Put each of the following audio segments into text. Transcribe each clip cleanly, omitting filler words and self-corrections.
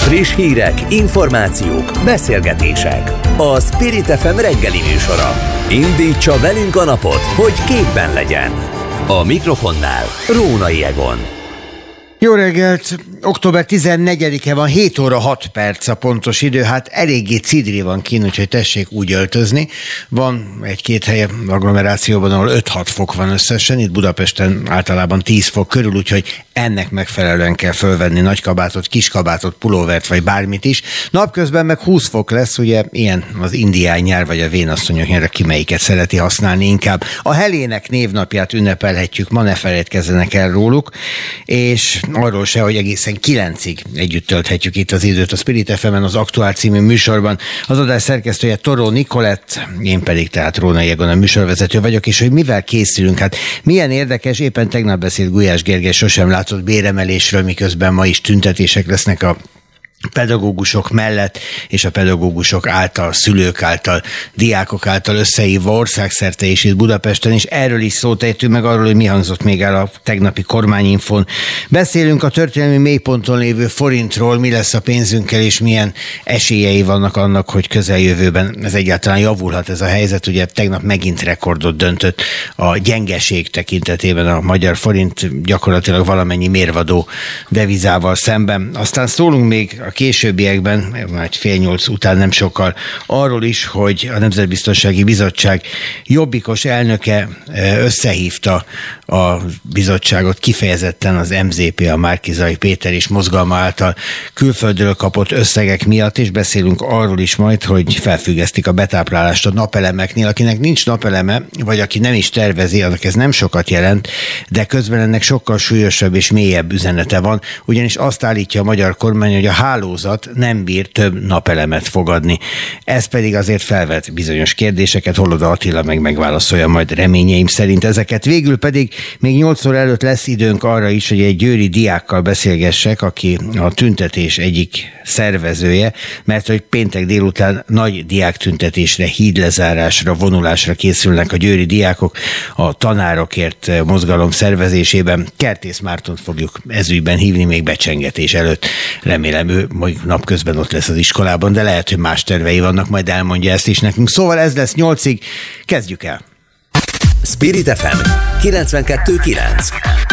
Friss hírek, információk, beszélgetések. A Spirit FM reggeli műsora. Indítsa velünk a napot, hogy képben legyen. A mikrofonnál Rónai Egon. Jó reggelt! Október 14-e van, 7 óra 6 perc a pontos idő, hát eléggé cidri van kín, úgyhogy tessék úgy öltözni. Van egy-két hely agglomerációban, ahol 5-6 fok van összesen, itt Budapesten általában 10 fok körül, úgyhogy ennek megfelelően kell fölvenni nagykabátot, kiskabátot, pulóvert vagy bármit is. Napközben meg 20 fok lesz, ugye ilyen az indián nyár vagy a vénasszonyok nyár, ki melyiket szereti használni inkább. A Helének névnapját ünnepelhetjük, ma ne felejtkezzenek el róluk, és arról se, hogy egészen 9-ig együtt tölthetjük itt az időt a Spirit FM-en, az Aktuál című műsorban. Az adás szerkesztője Toró Nikolett, én pedig tehát Rónai Egon a műsorvezető vagyok, és hogy mivel készülünk, hát milyen érdekes, éppen tegnap beszélt Gulyás Gergely sosem látott béremelésről, miközben ma is tüntetések lesznek a pedagógusok mellett, és a pedagógusok által, szülők által, diákok által összehívva országszerte is itt Budapesten, és erről is szót ejtünk, meg arról, hogy mi hangzott még el a tegnapi kormányinfón. Beszélünk a történelmi mélyponton lévő forintról, mi lesz a pénzünkkel, és milyen esélyei vannak annak, hogy közeljövőben ez egyáltalán javulhat ez a helyzet. Ugye tegnap megint rekordot döntött a gyengeség tekintetében a magyar forint, gyakorlatilag valamennyi mérvadó devizával szemben. Aztán szólunk még a későbbiekben, már 7:30 után nem sokkal, arról is, hogy a Nemzetbiztonsági Bizottság jobbikos elnöke összehívta a bizottságot kifejezetten az MZP, a Márki-Zay Péter és mozgalma által külföldről kapott összegek miatt, és beszélünk arról is majd, hogy felfüggesztik a betáplálást a napelemeknél. Akinek nincs napeleme, vagy aki nem is tervezi, annak ez nem sokat jelent, de közben ennek sokkal súlyosabb és mélyebb üzenete van, ugyanis azt állítja a magyar kormány, hogy a hálózat nem bír több napelemet fogadni. Ez pedig azért felvet bizonyos kérdéseket, Holoda Attila meg megválaszolja majd reményeim szerint ezeket. Végül pedig még 8 óra előtt lesz időnk arra is, hogy egy győri diákkal beszélgessek, aki a tüntetés egyik szervezője, mert hogy péntek délután nagy diáktüntetésre, hídlezárásra, vonulásra készülnek a győri diákok a tanárokért mozgalom szervezésében. Kertész Mártont fogjuk ezügyben hívni még becsengetés előtt. Remélem ő majd napközben ott lesz az iskolában, de lehet, hogy más tervei vannak, majd elmondja ezt is nekünk. Szóval ez lesz 8-ig, kezdjük el! Spirit FM 92.9.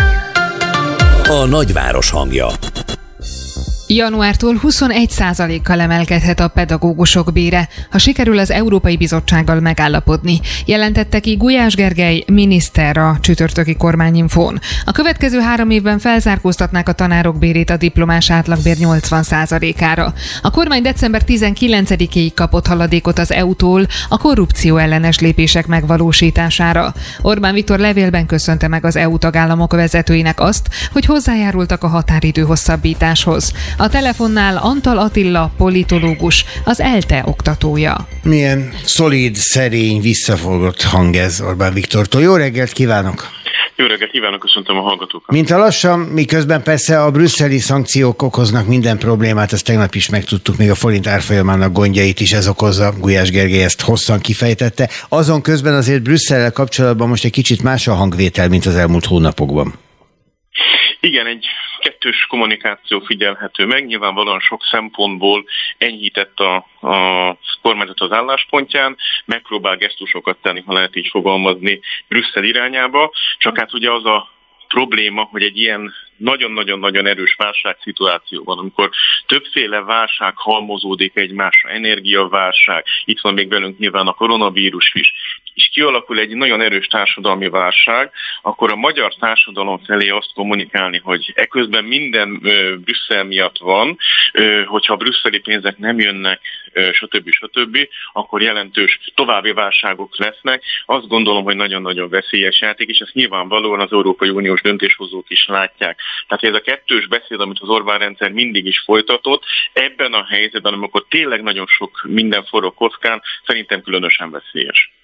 A nagyváros hangja. Januártól 21%-kal emelkedhet a pedagógusok bére, ha sikerül az Európai Bizottsággal megállapodni, jelentette ki Gulyás Gergely miniszter a csütörtöki kormányinfón. A következő 3 évben felzárkóztatnák a tanárok bérét a diplomás átlagbér 80%-ára. A kormány december 19-éig kapott haladékot az EU-tól a korrupció ellenes lépések megvalósítására. Orbán Viktor levélben köszönte meg az EU tagállamok vezetőinek azt, hogy hozzájárultak a határidő hosszabbításhoz. A telefonnál Antal Attila, politológus, az ELTE oktatója. Milyen szolíd, szerény, visszafogott hang ez Orbán Viktortól. Jó reggelt kívánok! Jó reggelt kívánok, köszöntöm a hallgatókat. Mint a lassan, miközben persze a brüsszeli szankciók okoznak minden problémát, ezt tegnap is megtudtuk, még a forint árfolyamának gondjait is ez okozza, Gulyás Gergely ezt hosszan kifejtette. Azon közben azért Brüsszellel kapcsolatban most egy kicsit más a hangvétel, mint az elmúlt hónapokban. Igen, egy kettős kommunikáció figyelhető meg, nyilvánvalóan sok szempontból enyhített a kormányzat az álláspontján, megpróbál gesztusokat tenni, ha lehet így fogalmazni, Brüsszel irányába, csak hát ugye az a probléma, hogy egy ilyen nagyon-nagyon-nagyon erős válságszituációban, amikor többféle válság halmozódik egymásra, energiaválság, itt van még velünk nyilván a koronavírus is, és kialakul egy nagyon erős társadalmi válság, akkor a magyar társadalom felé azt kommunikálni, hogy eközben minden Brüsszel miatt van, hogyha a brüsszeli pénzek nem jönnek, stb., akkor jelentős további válságok lesznek. Azt gondolom, hogy nagyon-nagyon veszélyes játék, és ezt nyilvánvalóan az Európai Uniós döntéshozók is látják. Tehát ez a kettős beszéd, amit az Orbán rendszer mindig is folytatott, ebben a helyzetben, amikor tényleg nagyon sok minden forró kockán, szerintem különösen veszélyes.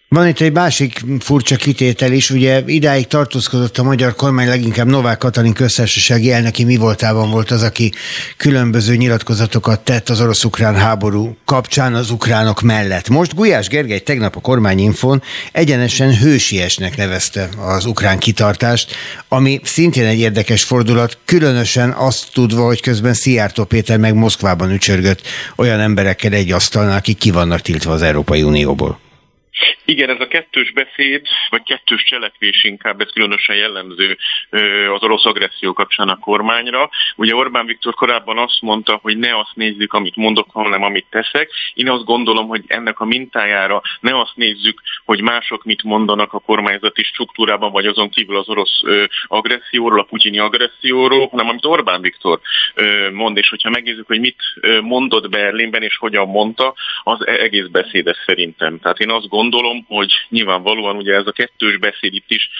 Van itt egy másik furcsa kitétel is, ugye idáig tartózkodott a magyar kormány, leginkább Novák Katalin köztársasági elnöki mivoltában volt az, aki különböző nyilatkozatokat tett az orosz-ukrán háború kapcsán az ukránok mellett. Most Gulyás Gergely tegnap a Kormányinfón egyenesen hősiesnek nevezte az ukrán kitartást, ami szintén egy érdekes fordulat, különösen azt tudva, hogy közben Szijjártó Péter meg Moszkvában ücsörgött olyan emberekkel egy asztalnál, akik ki vannak tiltva az Európai Unióból. Igen, ez a kettős beszéd, vagy kettős cselekvés inkább, ez különösen jellemző az orosz agresszió kapcsán a kormányra. Ugye Orbán Viktor korábban azt mondta, hogy ne azt nézzük, amit mondok, hanem amit teszek. Én azt gondolom, hogy ennek a mintájára ne azt nézzük, hogy mások mit mondanak a kormányzati struktúrában, vagy azon kívül az orosz agresszióról, a putyini agresszióról, hanem amit Orbán Viktor mond, és hogyha megnézzük, hogy mit mondott Berlinben, és hogyan mondta, az egész beszédes szerintem. Tehát én azt gondolom, hogy nyilvánvalóan ugye ez a kettős beszéd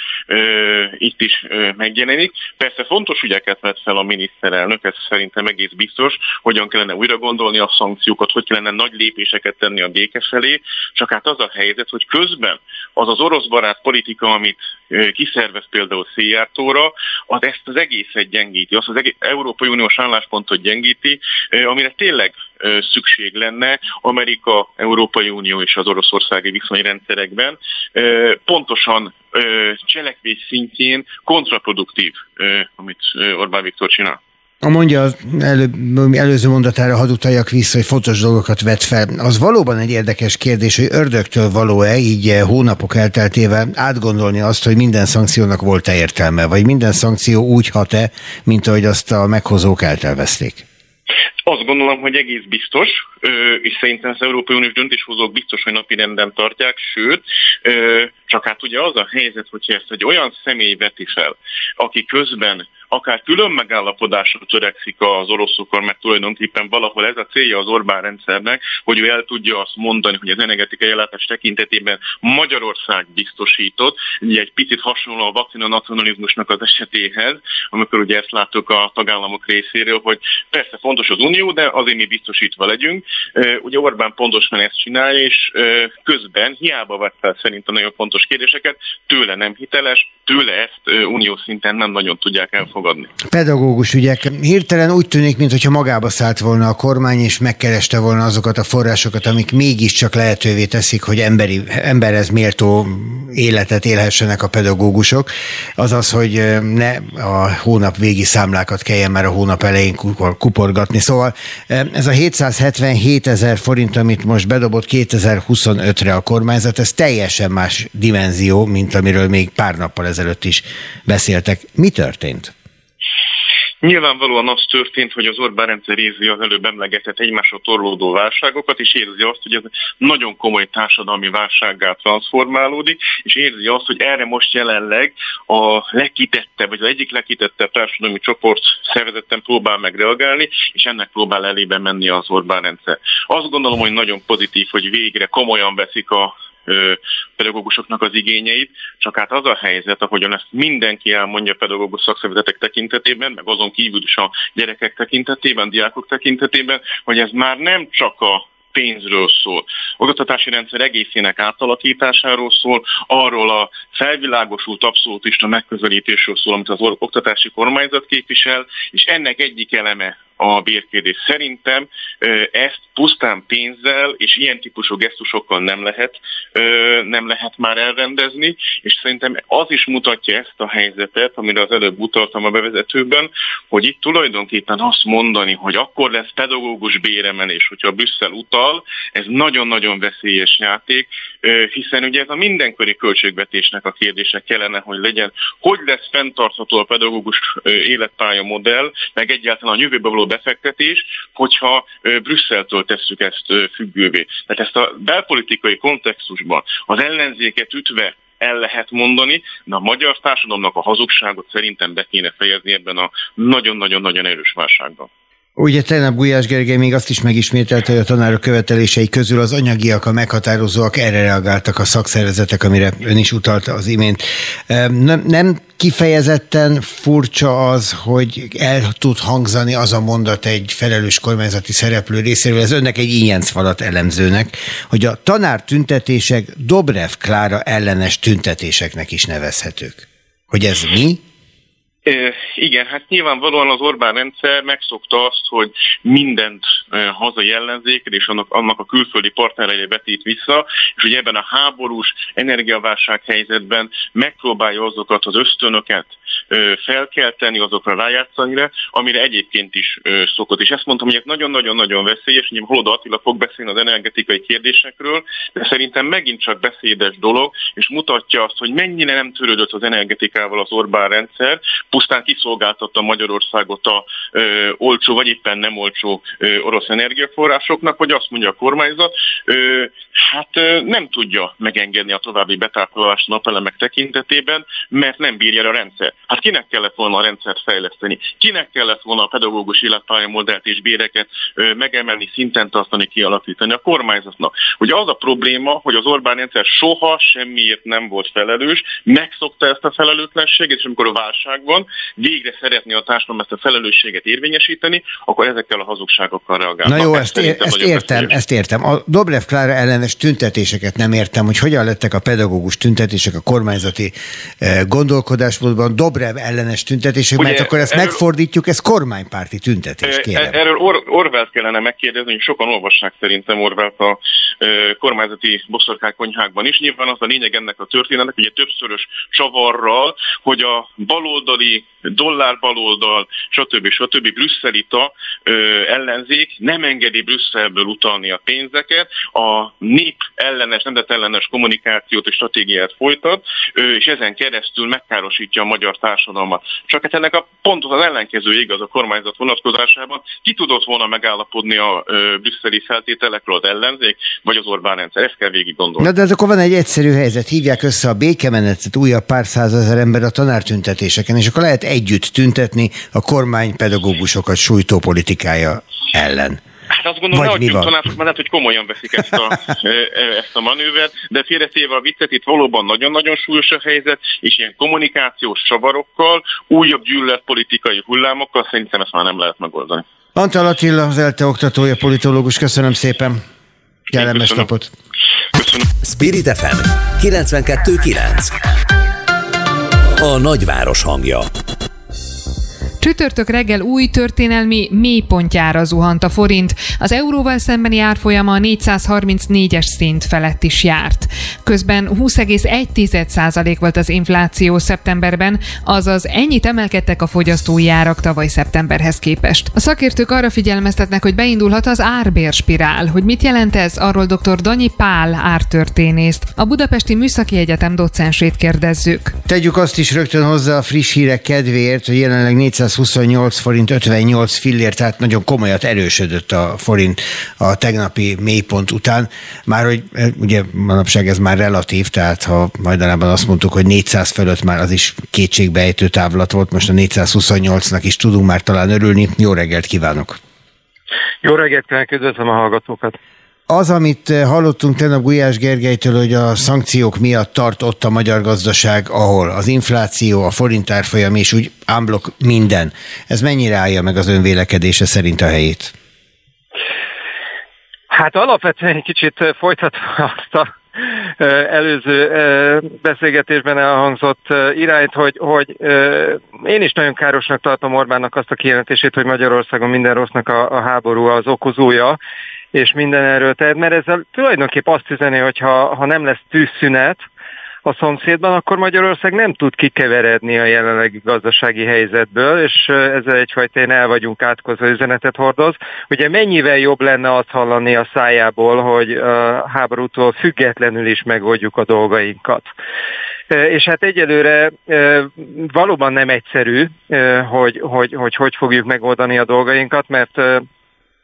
itt is megjelenik. Persze fontos ügyeket vett fel a miniszterelnök, ez szerintem egész biztos, hogyan kellene újra gondolni a szankciókat, hogy kellene nagy lépéseket tenni a béke felé, csak hát az a helyzet, hogy közben az orosz barát politika, amit kiszervez például Szijjártóra, az ezt az egészet gyengíti, azt az Európai Uniós álláspontot gyengíti, amire tényleg szükség lenne Amerika, Európai Unió és az oroszországi viszonyrendszerekben. Pontosan cselekvés szintjén kontraproduktív, amit Orbán Viktor csinál. A mondja az előző mondatára hadd utaljak vissza, hogy fontos dolgokat vet fel. Az valóban egy érdekes kérdés, hogy ördögtől való-e így hónapok elteltével átgondolni azt, hogy minden szankciónak volt-e értelme, vagy minden szankció úgy hat-e, mint ahogy azt a meghozók eltervezték? Azt gondolom, hogy egész biztos, és szerintem az Európai Uniós döntéshozók biztos, hogy napirenden tartják, sőt, csak hát ugye az a helyzet, hogyha ezt egy olyan személy veti fel, aki közben akár külön megállapodásra törekszik az oroszokkal, mert tulajdonképpen valahol ez a célja az Orbán rendszernek, hogy ő el tudja azt mondani, hogy az energetikai ellátás tekintetében Magyarország biztosított, ugye egy picit hasonló a vakcina nacionalizmusnak az esetéhez, amikor ugye ezt láttuk a tagállamok részéről, hogy persze fontos az Unió, de azért mi biztosítva legyünk. Ugye Orbán pontosan ezt csinálja, és közben hiába vett fel szerintem nagyon fontos kérdéseket, tőle nem hiteles, tőle ezt uniós szinten nem nagyon tudják elfogadni. Pedagógus ügyek. Hirtelen úgy tűnik, mintha magába szállt volna a kormány, és megkereste volna azokat a forrásokat, amik mégiscsak lehetővé teszik, hogy emberhez méltó életet élhessenek a pedagógusok. Azaz, hogy ne a hónap végi számlákat kelljen már a hónap elején kuporgatni. Szóval ez a 777 000 forint, amit most bedobott 2025-re a kormányzat, ez teljesen más dimenzió, mint amiről még pár nappal ezelőtt is beszéltek. Mi történt? Nyilvánvalóan az történt, hogy az Orbán rendszer érzi az előbb emlegetett egymásra torlódó válságokat, és érzi azt, hogy ez nagyon komoly társadalmi válsággá transformálódik, és érzi azt, hogy erre most jelenleg a legkitettebb, vagy az egyik legkitettebb társadalmi csoport szervezetten próbál megreagálni, és ennek próbál elébe menni az Orbán rendszer. Azt gondolom, hogy nagyon pozitív, hogy végre komolyan veszik a pedagógusoknak az igényeit, csak hát az a helyzet, ahogyan ezt mindenki elmondja a pedagógus szakszervezetek tekintetében, meg azon kívül is a gyerekek tekintetében, diákok tekintetében, hogy ez már nem csak a pénzről szól. Az oktatási rendszer egészének átalakításáról szól, arról a felvilágosult abszolútista megközelítésről szól, amit az oktatási kormányzat képvisel, és ennek egyik eleme a bérkérdés. Szerintem ezt pusztán pénzzel és ilyen típusú gesztusokkal nem lehet már elrendezni, és szerintem az is mutatja ezt a helyzetet, amire az előbb utaltam a bevezetőben, hogy itt tulajdonképpen azt mondani, hogy akkor lesz pedagógus béremelés, hogyha Brüsszel utal, ez nagyon-nagyon veszélyes játék, hiszen ugye ez a mindenkori költségvetésnek a kérdése kellene, hogy legyen, hogy lesz fenntartható a pedagógus életpálya modell, meg egyáltalán a jövőbe való befektetés, hogyha Brüsszeltől tesszük ezt függővé. Tehát ezt a belpolitikai kontextusban az ellenzéket ütve el lehet mondani, de a magyar társadalomnak a hazugságot szerintem be kéne fejezni ebben a nagyon-nagyon-nagyon erős válságban. Ugye tegnap Gulyás Gergely még azt is megismételte, hogy a tanárok követelései közül az anyagiak a meghatározóak, erre reagáltak a szakszervezetek, amire ön is utalta az imént. Nem kifejezetten furcsa az, hogy el tud hangzani az a mondat egy felelős kormányzati szereplő részéről, ez önnek egy ínyencfalat elemzőnek, hogy a tanártüntetések Dobrev Klára ellenes tüntetéseknek is nevezhetők. Hogy ez mi? Igen, hát nyilvánvalóan az Orbán rendszer megszokta azt, hogy mindent hazai ellenzékre és annak a külföldi partnereire vetít vissza, és hogy ebben a háborús energiaválság helyzetben megpróbálja azokat az ösztönöket felkelteni, azokra rájátszani, amire egyébként is szokott. És ezt mondtam, hogy ez nagyon-nagyon-nagyon veszélyes, hogy Holoda Attila fog beszélni az energetikai kérdésekről, de szerintem megint csak beszédes dolog, és mutatja azt, hogy mennyire nem törődött az energetikával az Orbán rendszer, pusztán kiszolgáltatta Magyarországot a olcsó, vagy éppen nem olcsó orosz energiaforrásoknak, vagy azt mondja a kormányzat, nem tudja megengedni a további betáplálást a napelemek tekintetében, mert nem bírja a rendszer. Hát kinek kellett volna a rendszert fejleszteni? Kinek kellett volna a pedagógus életpályamodellt és béreket megemelni, szinten tartani, kialakítani? A kormányzatnak. Ugye az a probléma, hogy az Orbán rendszer soha semmiért nem volt felelős, megszokta ezt a felelőtlenséget, és amikor a válság van, végre szeretné a társadalom ezt a felelősséget érvényesíteni, akkor ezekkel a hazugságokkal reagálnak. Na jó, ezt értem. A Dobrev Klára ellenes tüntetéseket nem értem, hogy hogyan lettek a pedagógus tüntetések a kormányzati gondolkodásmódban Dobrev ellenes tüntetések, mert akkor ezt megfordítjuk, ez kormánypárti tüntetés, kérem. Erről Orwellt kellene megkérdezni, hogy sokan olvassák szerintem Orwellt a kormányzati boszorkánykonyhákban is. Nyilván az a lényeg ennek a történetnek, ugye többszörös csavarral, hogy a baloldali, dollár-baloldal, stb. Brüsszelita ellenzék nem engedi Brüsszelből utalni a pénzeket, a nép ellenes, nemzetellenes kommunikációt és stratégiát folytat, és ezen keresztül megkárosítja a magyar társadalmat. Csak hát ennek a pontos az ellenkező igaz a kormányzat vonatkozásában. Ki tudott volna megállapodni a brüsszeli feltételekről az ellenzék, vagy az Orbán rendszer? Ezt kell végig gondolni. Na de ez akkor van egy egyszerű helyzet. Hívják össze a békemenetet, újabb pár százezer ember a tanártüntetéseken, és akkor lehet együtt tüntetni a kormány pedagógusokat sújtó politikája ellen. Hát azt gondolom, ne adjunk tanácsot, mert lehet, hogy komolyan veszik ezt a manővert, de félretéve a viccet, itt valóban nagyon-nagyon súlyos a helyzet, és ilyen kommunikációs csavarokkal, újabb gyűlöletpolitikai hullámokkal szerintem ezt már nem lehet megoldani. Antal Attila, az ELTE oktatója, politológus, köszönöm szépen. Kellemes napot. Köszönöm. Spirit FM 92.9. A nagyváros hangja. Csütörtök reggel új történelmi mélypontjára zuhant a forint. Az euróval szembeni árfolyama a 434-es szint felett is járt. Közben 20,1% volt az infláció szeptemberben, azaz ennyit emelkedtek a fogyasztói árak tavaly szeptemberhez képest. A szakértők arra figyelmeztetnek, hogy beindulhat az árbérspirál. Hogy mit jelent ez, arról dr. Danyi Pál ártörténészt, a Budapesti Műszaki Egyetem docensét kérdezzük. Tegyük azt is rögtön hozzá a friss hírek kedvéért, hogy jelenleg 428 forint 58 fillér, tehát nagyon komolyat erősödött a forint a tegnapi mélypont után. Már hogy ugye manapság ez már relatív, tehát ha majdanában azt mondtuk, hogy 400 fölött már az is kétségbeejtő távlat volt, most a 428-nak is tudunk már talán örülni. Jó reggelt kívánok! Jó reggelt kívánok, üdvözlöm a hallgatókat! Az, amit hallottunk tegnap Gulyás Gergelytől, hogy a szankciók miatt tart ott a magyar gazdaság, ahol az infláció, a forint árfolyam és úgy ámblok minden. Ez mennyire állja meg az ön vélekedése szerint a helyét? Hát alapvetően egy kicsit folytatva azt a előző beszélgetésben elhangzott irányt, hogy én is nagyon károsnak tartom Orbánnak azt a kijelentését, hogy Magyarországon minden rossznak a háború az okozója, és minden erről tehet, mert ezzel tulajdonképp azt üzeni, hogy ha nem lesz tűzszünet a szomszédban, akkor Magyarország nem tud kikeveredni a jelenlegi gazdasági helyzetből, és ezzel egyfajta el vagyunk átkozva üzenetet hordoz. Ugye mennyivel jobb lenne azt hallani a szájából, hogy a háborútól függetlenül is megoldjuk a dolgainkat. És hát egyelőre valóban nem egyszerű, hogy fogjuk megoldani a dolgainkat, mert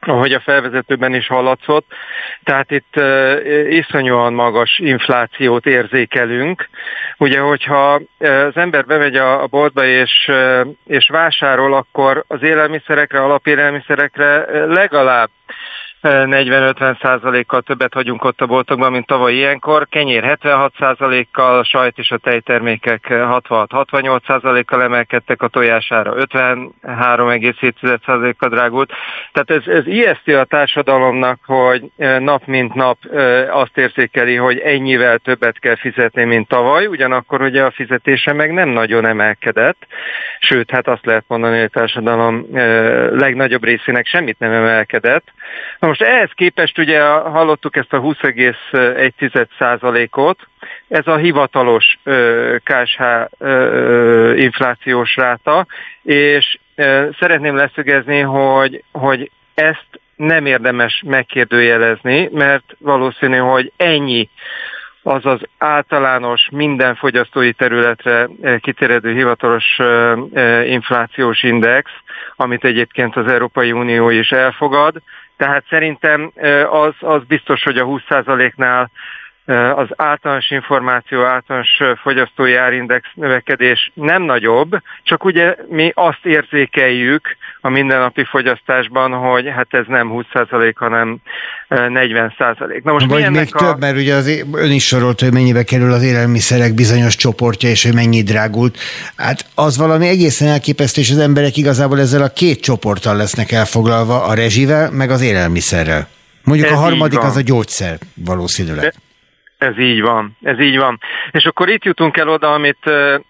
ahogy a felvezetőben is hallatszott. Tehát itt iszonyúan magas inflációt érzékelünk. Ugye, hogyha az ember bemegy a boltba és vásárol, akkor az élelmiszerekre, alapélelmiszerekre legalább 40-50%-kal többet hagyunk ott a boltokban, mint tavaly ilyenkor. Kenyér 76%-kal, sajt és a tejtermékek 66-68%-kal emelkedtek, a tojására 53,7%-kal drágult. Tehát ez ijesztő a társadalomnak, hogy nap mint nap azt érzékeli, hogy ennyivel többet kell fizetni, mint tavaly, ugyanakkor ugye a fizetése meg nem nagyon emelkedett, sőt, hát azt lehet mondani, hogy a társadalom legnagyobb részének semmit nem emelkedett. Na most ehhez képest ugye hallottuk ezt a 20,1%-ot, ez a hivatalos KSH inflációs ráta, és szeretném leszögezni, hogy ezt nem érdemes megkérdőjelezni, mert valószínű, hogy ennyi az az általános minden fogyasztói területre kiterjedő hivatalos inflációs index, amit egyébként az Európai Unió is elfogad. Tehát szerintem az biztos, hogy a 20%-nál az általános információ, általános fogyasztói árindex növekedés nem nagyobb, csak ugye mi azt érzékeljük a mindennapi fogyasztásban, hogy hát ez nem 20%, hanem 40%. Na most vagy még több, mert ugye ön is sorolt, hogy mennyibe kerül az élelmiszerek bizonyos csoportja, és hogy mennyi drágult. Hát az valami egészen elképesztő, és az emberek igazából ezzel a két csoporttal lesznek elfoglalva, a rezsivel, meg az élelmiszerrel. Mondjuk a harmadik az a gyógyszer valószínűleg. Ez így van. És akkor itt jutunk el oda, amit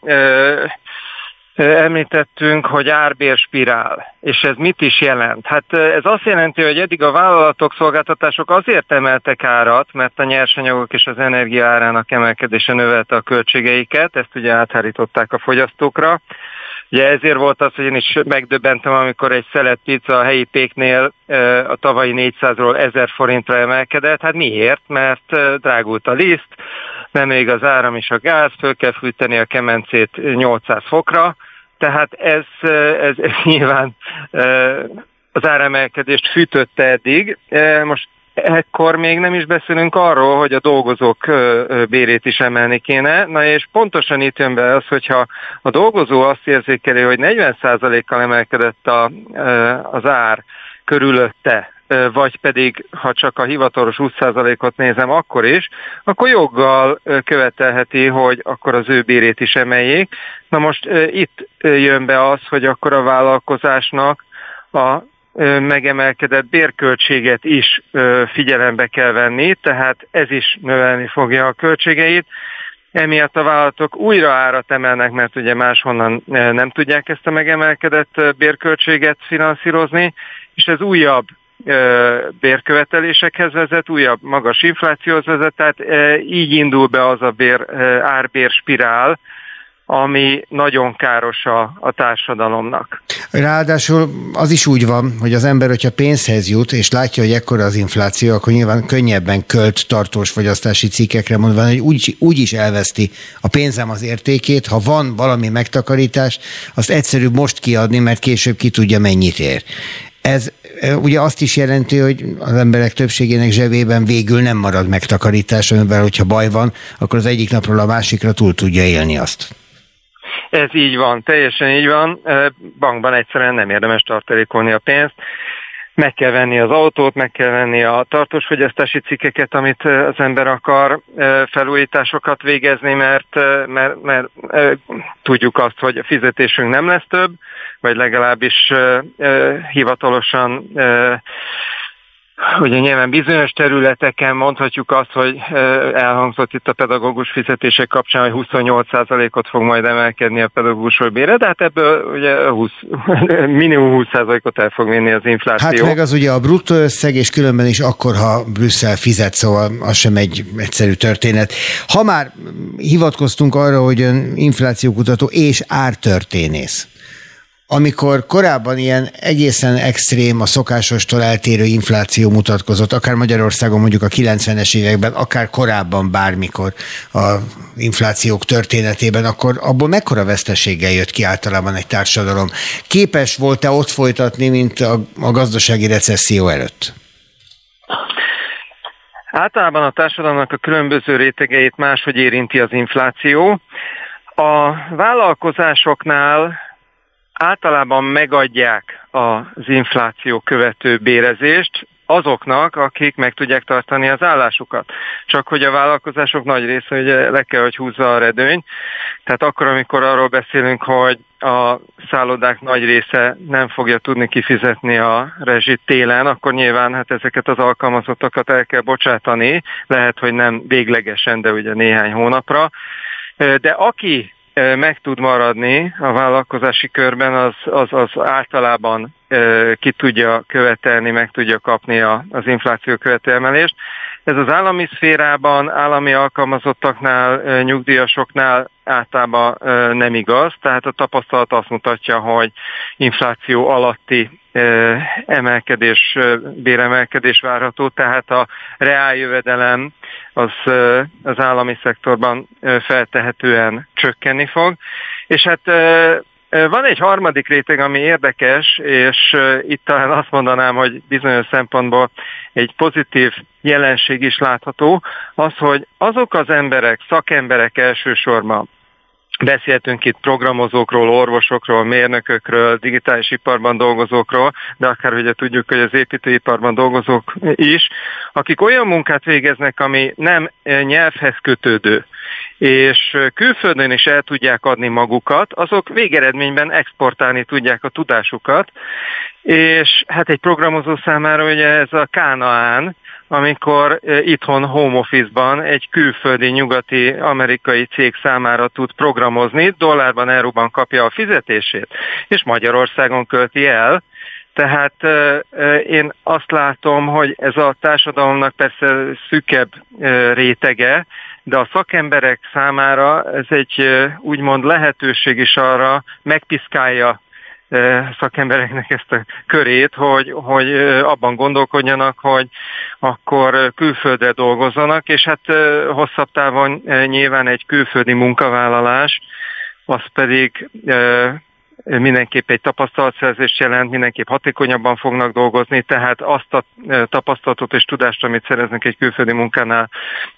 említettünk, hogy árbérspirál. És ez mit is jelent? Hát ez azt jelenti, hogy eddig a vállalatok, szolgáltatások azért emeltek árat, mert a nyersanyagok és az energia árának emelkedése növelte a költségeiket, ezt ugye áthárították a fogyasztókra. Ugye ezért volt az, hogy én is megdöbbentem, amikor egy szelet pizza a helyi péknél a tavalyi 400-ról 1000 forintra emelkedett. Hát miért? Mert drágult a liszt, nem elég az áram és a gáz, föl kell fűteni a kemencét 800 fokra, tehát ez nyilván az áremelkedést fűtötte eddig. Most ekkor még nem is beszélünk arról, hogy a dolgozók bérét is emelni kéne. Na és pontosan itt jön be az, hogyha a dolgozó azt érzékeli, hogy 40%-kal emelkedett az ár körülötte, vagy pedig, ha csak a hivatalos 20%-ot nézem, akkor is, akkor joggal követelheti, hogy akkor az ő bérét is emeljék. Na most itt jön be az, hogy akkor a vállalkozásnak a megemelkedett bérköltséget is figyelembe kell venni, tehát ez is növelni fogja a költségeit. Emiatt a vállalatok újra árat emelnek, mert ugye máshonnan nem tudják ezt a megemelkedett bérköltséget finanszírozni, és ez újabb bérkövetelésekhez vezet, újabb magas inflációhoz vezet, tehát így indul be az a árbérspirál, ami nagyon káros a társadalomnak. Ráadásul az is úgy van, hogy az ember, hogyha pénzhez jut, és látja, hogy ekkora az infláció, akkor nyilván könnyebben költ tartós fogyasztási cikkekre, mondva, hogy úgy is elveszti a pénzem az értékét, ha van valami megtakarítás, azt egyszerűbb most kiadni, mert később ki tudja, mennyit ér. Ez ugye azt is jelenti, hogy az emberek többségének zsebében végül nem marad megtakarítás, amivel, hogyha baj van, akkor az egyik napról a másikra túl tudja élni azt. Ez így van, teljesen így van. Bankban egyszerűen nem érdemes tartalékolni a pénzt. Meg kell venni az autót, meg kell venni a tartós fogyasztási cikkeket, amit az ember akar, felújításokat végezni, mert tudjuk azt, hogy a fizetésünk nem lesz több, vagy legalábbis hivatalosan ugye nyilván bizonyos területeken mondhatjuk azt, hogy elhangzott itt a pedagógus fizetések kapcsán, hogy 28%-ot fog majd emelkedni a pedagógusok bére, de hát ebből ugye minimum 20%-ot el fog vinni az infláció. Hát meg az ugye a bruttó összeg, és különben is akkor, ha Brüsszel fizet, szóval az sem egy egyszerű történet. Ha már hivatkoztunk arra, hogy ön inflációkutató és ártörténész, Amikor korábban ilyen egészen extrém, a szokásostól eltérő infláció mutatkozott, akár Magyarországon mondjuk a 90-es években, akár korábban bármikor az inflációk történetében, akkor abból mekkora veszteséggel jött ki általában egy társadalom? Képes volt-e ott folytatni, mint a gazdasági recesszió előtt? Általában a társadalomnak a különböző rétegeit máshogy érinti az infláció. A vállalkozásoknál általában megadják az infláció követő bérezést azoknak, akik meg tudják tartani az állásukat. Csak hogy a vállalkozások nagy része ugye le kell, hogy húzza a redőny. Tehát akkor, amikor arról beszélünk, hogy a szállodák nagy része nem fogja tudni kifizetni a rezsit télen, akkor nyilván hát ezeket az alkalmazottakat el kell bocsátani. Lehet, hogy nem véglegesen, de ugye néhány hónapra. De aki meg tud maradni a vállalkozási körben, az általában ki tudja követelni, meg tudja kapni az infláció követő emelést. Ez az állami szférában, állami alkalmazottaknál, nyugdíjasoknál általában nem igaz, tehát a tapasztalat azt mutatja, hogy infláció alatti emelkedés, béremelkedés várható, tehát a reáljövedelem az állami szektorban feltehetően csökkenni fog. És hát van egy harmadik réteg, ami érdekes, és itt talán azt mondanám, hogy bizonyos szempontból egy pozitív jelenség is látható, az, hogy azok az emberek, szakemberek elsősorban, beszéltünk itt programozókról, orvosokról, mérnökökről, digitális iparban dolgozókról, de akár ugye tudjuk, hogy az építőiparban dolgozók is, akik olyan munkát végeznek, ami nem nyelvhez kötődő, és külföldön is el tudják adni magukat, azok végeredményben exportálni tudják a tudásukat, és hát egy programozó számára ugye ez a Kánaán, amikor itthon home office-ban egy külföldi, nyugati, amerikai cég számára tud programozni, dollárban, euróban kapja a fizetését, és Magyarországon költi el. Tehát én azt látom, hogy ez a társadalomnak persze szűkebb rétege, de a szakemberek számára ez egy úgymond lehetőség is arra, megpiszkálja szakembereknek ezt a körét, hogy abban gondolkodjanak, hogy akkor külföldre dolgozzanak, és hát hosszabb távon nyilván egy külföldi munkavállalás, az pedig mindenképp egy tapasztalatszerzést jelent, mindenképp hatékonyabban fognak dolgozni, tehát azt a tapasztalatot és tudást, amit szereznek egy külföldi munkánál,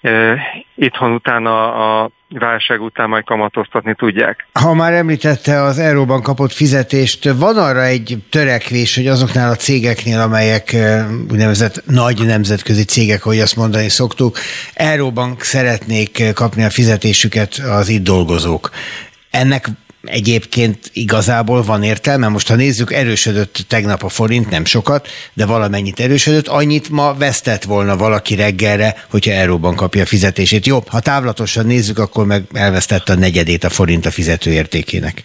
itthon utána a válság után majd kamatoztatni tudják. Ha már említette az euróban kapott fizetést, van arra egy törekvés, hogy azoknál a cégeknél, amelyek úgynevezett nagy nemzetközi cégek, ahogy azt mondani szoktuk, euróban szeretnék kapni a fizetésüket az itt dolgozók. Ennek egyébként igazából van értelme. Most ha nézzük, erősödött tegnap a forint, nem sokat, de valamennyit erősödött, annyit ma vesztett volna valaki reggelre, hogyha euróban kapja a fizetését. Jó, ha távlatosan nézzük, akkor meg elvesztette a negyedét a forint a fizetőértékének.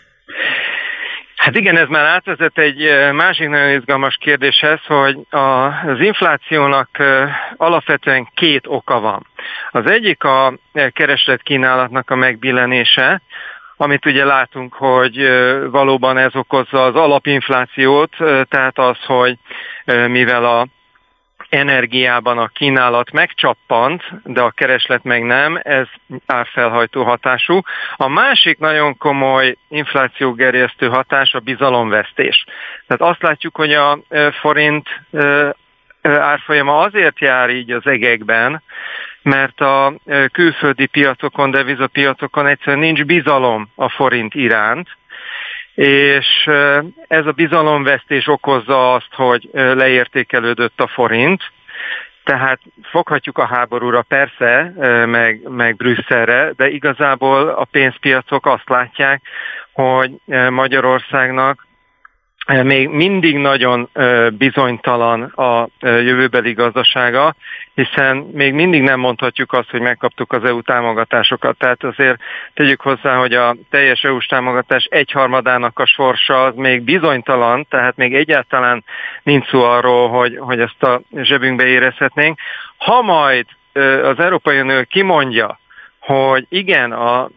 Hát igen, ez már átvezet egy másik nagyon izgalmas kérdéshez, hogy az inflációnak alapvetően két oka van. Az egyik a kereslet-kínálatnak a megbillenése, amit ugye látunk, hogy valóban ez okozza az alapinflációt, tehát az, hogy mivel a energiában a kínálat megcsappant, de a kereslet meg nem, ez árfelhajtó hatású. A másik nagyon komoly inflációgerjesztő hatás a bizalomvesztés. Tehát azt látjuk, hogy a forint árfolyama azért jár így az egekben, mert a külföldi piacokon, devizapiacokon egyszerűen nincs bizalom a forint iránt, és ez a bizalomvesztés okozza azt, hogy leértékelődött a forint, tehát foghatjuk a háborúra persze, meg Brüsszelre, de igazából a pénzpiacok azt látják, hogy Magyarországnak még mindig nagyon bizonytalan a jövőbeli gazdasága, hiszen még mindig nem mondhatjuk azt, hogy megkaptuk az EU támogatásokat. Tehát azért tegyük hozzá, hogy a teljes EU-s támogatás 1/3 a sorsa az még bizonytalan, tehát még egyáltalán nincs szó arról, hogy ezt a zsebünkbe érezhetnénk. Ha majd az Európai Unió kimondja, hogy igen, a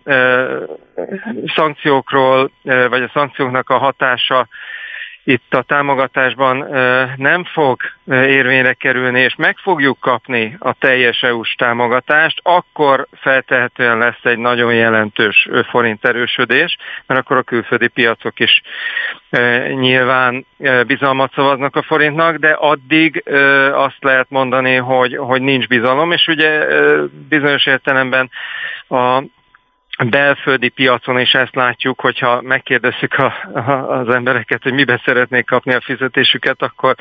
szankciókról, vagy a szankcióknak a hatása itt a támogatásban nem fog érvényre kerülni, és meg fogjuk kapni a teljes EU-s támogatást, akkor feltehetően lesz egy nagyon jelentős forint erősödés, mert akkor a külföldi piacok is nyilván bizalmat szavaznak a forintnak, de addig azt lehet mondani, hogy nincs bizalom, és ugye bizonyos értelemben a belföldi piacon is ezt látjuk, hogyha megkérdezzük az embereket, hogy miben szeretnék kapni a fizetésüket, akkor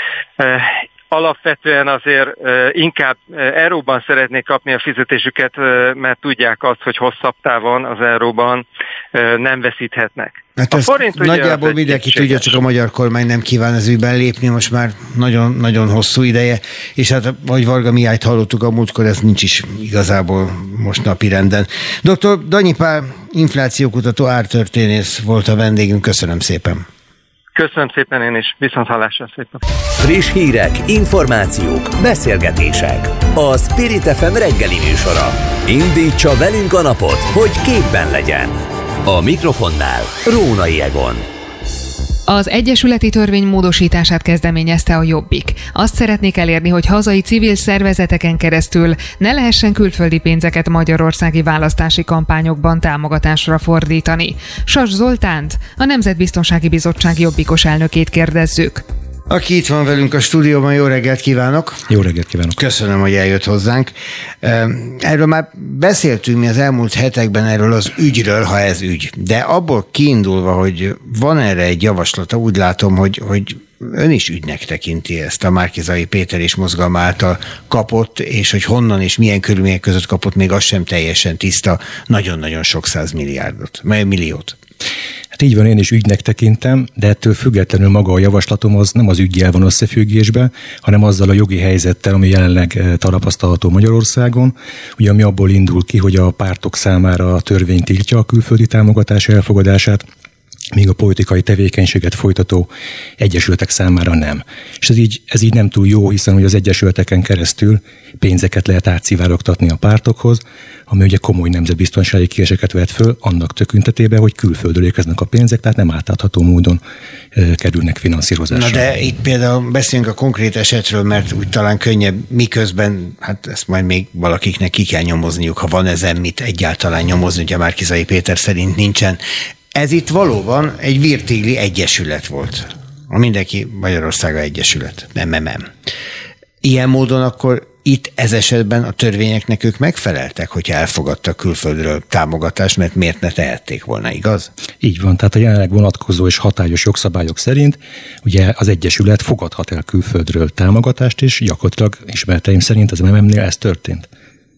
alapvetően azért inkább euróban szeretnék kapni a fizetésüket, mert tudják azt, hogy hosszabb távon az euróban nem veszíthetnek. Hát a forint nagyjából mindenki tudja, csak a magyar kormány nem kíván ez ügyben lépni most már nagyon hosszú ideje, és hát ahogy Varga Mihályt hallottuk a múltkor, ez nincs is igazából most napirenden. Dr. Danyi Pál, inflációkutató, ártörténész volt a vendégünk, köszönöm szépen. Köszönöm szépen én is, viszont hallásra, szép nap. Friss hírek, információk, beszélgetések. A Spirit FM reggeli műsora. Indítsa velünk a napot, hogy képben legyen. A mikrofonnál Rónai Egon. Az egyesületi törvény módosítását kezdeményezte a Jobbik. Azt szeretnék elérni, hogy hazai civil szervezeteken keresztül ne lehessen külföldi pénzeket magyarországi választási kampányokban támogatásra fordítani. Sas Zoltánt, a Nemzetbiztonsági Bizottság jobbikos elnökét kérdezzük. Aki itt van velünk a stúdióban, jó reggelt kívánok! Jó reggelt kívánok! Köszönöm, hogy eljött hozzánk. Erről már beszéltünk mi az elmúlt hetekben, erről az ügyről, ha ez ügy. De abból kiindulva, hogy van erre egy javaslata, úgy látom, hogy ön is ügynek tekinti ezt a Márki-Zay Péter és mozgalma által kapott, és hogy honnan és milyen körülmények között kapott, még az sem teljesen tiszta, nagyon-nagyon sok 100 milliót. Hát így van, én is ügynek tekintem, de ettől függetlenül maga a javaslatom az nem az üggyel van összefüggésben, hanem azzal a jogi helyzettel, ami jelenleg tapasztalható Magyarországon. Ugye ami abból indul ki, hogy a pártok számára a törvény tiltja a külföldi támogatás elfogadását, míg a politikai tevékenységet folytató egyesületek számára nem. És ez így nem túl jó, hiszen hogy az egyesületeken keresztül pénzeket lehet átszivárogtatni a pártokhoz, ami ugye komoly nemzetbiztonsági kérdéseket vet föl, annak tekintetében, hogy külföldről érkeznek a pénzek, tehát nem átlátható módon kerülnek finanszírozásra. Na de itt például beszélünk a konkrét esetről, mert úgy talán könnyebb, miközben, hát ezt majd még valakiknek ki kell nyomozniuk, ha van ezen mit egyáltalán nyomozni, ugye Márki-Zay Péter szerint nincsen. Ez itt valóban egy virtigli egyesület volt. A Mindenki Magyarországa Egyesület. MMM. Ilyen módon akkor itt ez esetben a törvényeknek ők megfeleltek, hogyha elfogadtak külföldről támogatást, mert miért ne tehették volna, igaz? Így van, tehát a jelenleg vonatkozó és hatályos jogszabályok szerint ugye az egyesület fogadhat el külföldről támogatást, és gyakorlatilag ismereteim szerint az MMM-nél ez történt.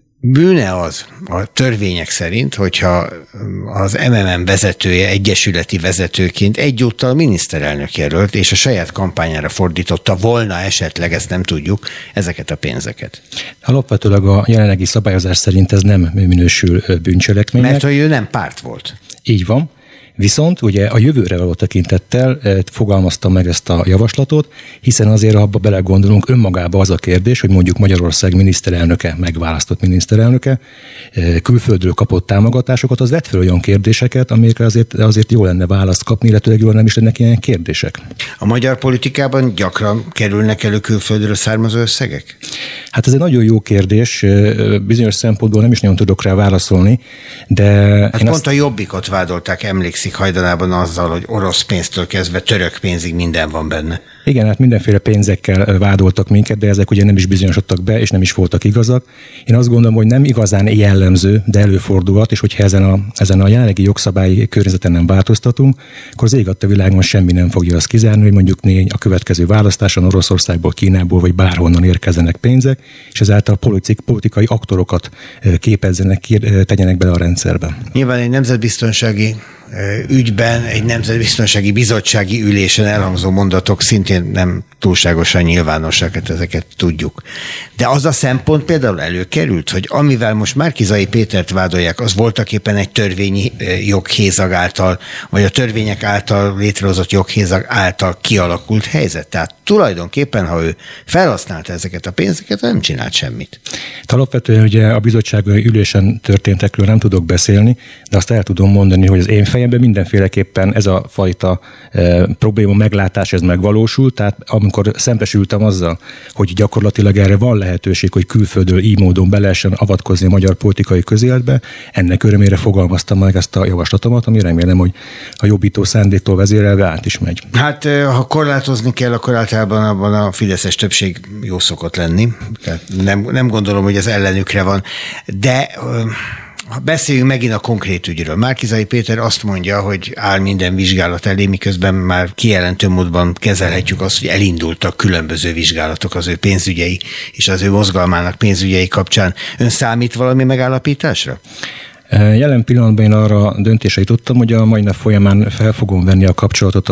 Bűne az a törvények szerint, hogyha az MMM vezetője egyesületi vezetőként egyúttal miniszterelnök jelölt, és a saját kampányára fordította volna esetleg, ezt nem tudjuk, ezeket a pénzeket? Alapvetőleg a jelenlegi szabályozás szerint ez nem minősül bűncselekménynek. Mert hogy ő nem párt volt. Így van. Viszont ugye a jövőre való tekintettel fogalmaztam meg ezt a javaslatot, hiszen azért, ha abba belegondolunk, önmagában az a kérdés, hogy mondjuk Magyarország miniszterelnöke, megválasztott miniszterelnöke külföldről kapott támogatásokat, az vett fel olyan kérdéseket, amikre azért jó lenne választ kapni, illetőleg jól nem is lennek ilyen kérdések. A magyar politikában gyakran kerülnek elő külföldről származó összegek? Hát ez egy nagyon jó kérdés, bizonyos szempontból nem is nagyon tudok rá válaszolni, de... Hát pont a Jobbikot vádolták, emlékszik hajdanában azzal, hogy orosz pénztől kezdve török pénzig minden van benne. Igen, hát mindenféle pénzekkel vádoltak minket, de ezek ugye nem is bizonyosodtak be, és nem is voltak igazak. Én azt gondolom, hogy nem igazán jellemző, de előfordulhat, és hogyha ezen a jelenlegi jogszabályi környezeten nem változtatunk, akkor az ég adta világon semmi nem fogja azt kizárni, hogy mondjuk a következő választáson Oroszországból, Kínából vagy bárhonnan érkezzenek pénzek, és ezáltal politikai aktorokat képezzenek, tegyenek bele a rendszerbe. Nyilván egy nemzetbiztonsági ügyben egy nemzetbiztonsági bizottsági ülésen elhangzó mondatok szintén nem túlságosan nyilvánosak, ezeket tudjuk. De az a szempont például előkerült, hogy amivel most Márki-Zay Pétert vádolják, az voltaképpen egy törvényi joghézag által, vagy a törvények által létrehozott joghézag által kialakult helyzet. Tehát tulajdonképpen, ha ő felhasználta ezeket a pénzeket, nem csinált semmit. Alapvetően ugye a bizottsági ülésen történtekről nem tudok beszélni, de azt el tudom mondani, hogy az én fejemben mindenféleképpen ez a fajta probléma meglátás, ez megvalósult, tehát amikor szembesültem azzal, hogy gyakorlatilag erre van lehetőség, hogy külföldről így módon be lehessen avatkozni a magyar politikai közéletbe, ennek örömére fogalmaztam meg ezt a javaslatomat, ami remélem, hogy a jobbító szándéktól vezérelve át is megy. Hát, ha korlátozni kell, akkor általában abban a fideszes többség jó szokott lenni. Tehát nem gondolom, hogy az ellenükre van, de beszéljünk megint a konkrét ügyről. Márki-Zay Péter azt mondja, hogy áll minden vizsgálat elé, miközben már kijelentő módban kezelhetjük azt, hogy elindultak különböző vizsgálatok az ő pénzügyei és az ő mozgalmának pénzügyei kapcsán. Ön számít valami megállapításra? Jelen pillanatban én arra döntésre jutottam, hogy a mai nap folyamán fel fogom venni a kapcsolatot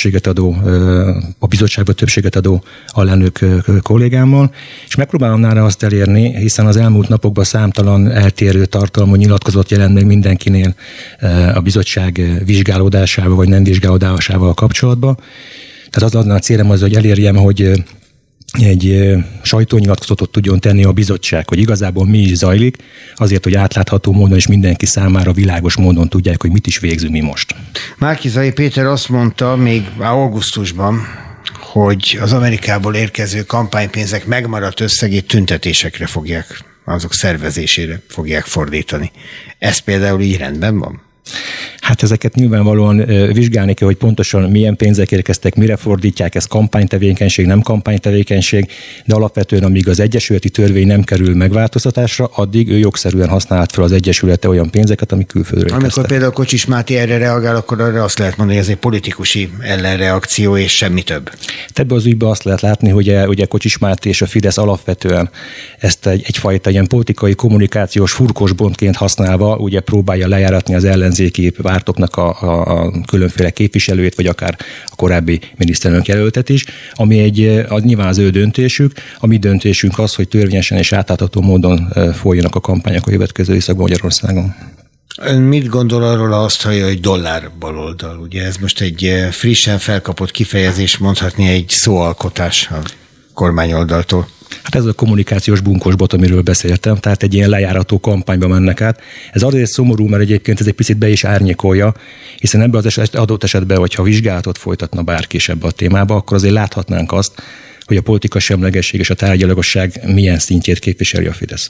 a bizottságban többséget adó alelnök kollégámmal, és megpróbálom nála azt elérni, hiszen az elmúlt napokban számtalan eltérő tartalmú nyilatkozat jelent meg mindenkinél a bizottság vizsgálódásával vagy nem vizsgálódásával kapcsolatban. Tehát az lenne a célom, hogy elérjem, hogy egy sajtónyilatkozatot tudjon tenni a bizottság, hogy igazából mi is zajlik, azért, hogy átlátható módon és mindenki számára világos módon tudják, hogy mit is végzünk mi most. Márki-Zay Péter azt mondta még augusztusban, hogy az Amerikából érkező kampánypénzek megmaradt összegét tüntetésekre fogják, azok szervezésére fogják fordítani. Ez például így rendben van? Hát ezeket nyilvánvalóan vizsgálni kell, hogy pontosan milyen pénzek érkeztek, mire fordítják, ez kampánytevékenység, nem kampánytevékenység, de alapvetően amíg az egyesületi törvény nem kerül megváltoztatásra, addig ő jogszerűen használt fel az egyesülete olyan pénzeket, amik külföldről érkeztek. Amikor például Kocsis Máté erre reagál, akkor arra azt lehet mondani, hogy ez egy politikusi ellenreakció és semmi több. Ebben az ügyben azt lehet látni, hogy ugye Kocsis Máté és a Fidesz alapvetően ezt egyfajta ilyen politikai kommunikációs furkosbontként használva ugye próbálja lejáratni az ellenzéki pártoknak a különféle képviselőjét, vagy akár a korábbi miniszterelnök jelöltet is, ami nyilván az ő döntésük. A mi döntésünk az, hogy törvényesen és átlátható módon folyjanak a kampányok a következő időszakban Magyarországon. Ön mit gondol arról, azt hallja, hogy dollár baloldal? Ugye ez most egy frissen felkapott kifejezés, mondhatni egy szóalkotás a kormányoldaltól. Hát ez a kommunikációs bunkosbot, amiről beszéltem, tehát egy ilyen lejárató kampányba mennek át. Ez azért szomorú, mert egyébként ez egy picit be is árnyékolja, hiszen ebben az adott esetben, hogyha vizsgálatot folytatna bárki is ebbe a témába, akkor azért láthatnánk azt, hogy a politika semlegesség és a tárgyalagosság milyen szintjét képviseli a Fidesz.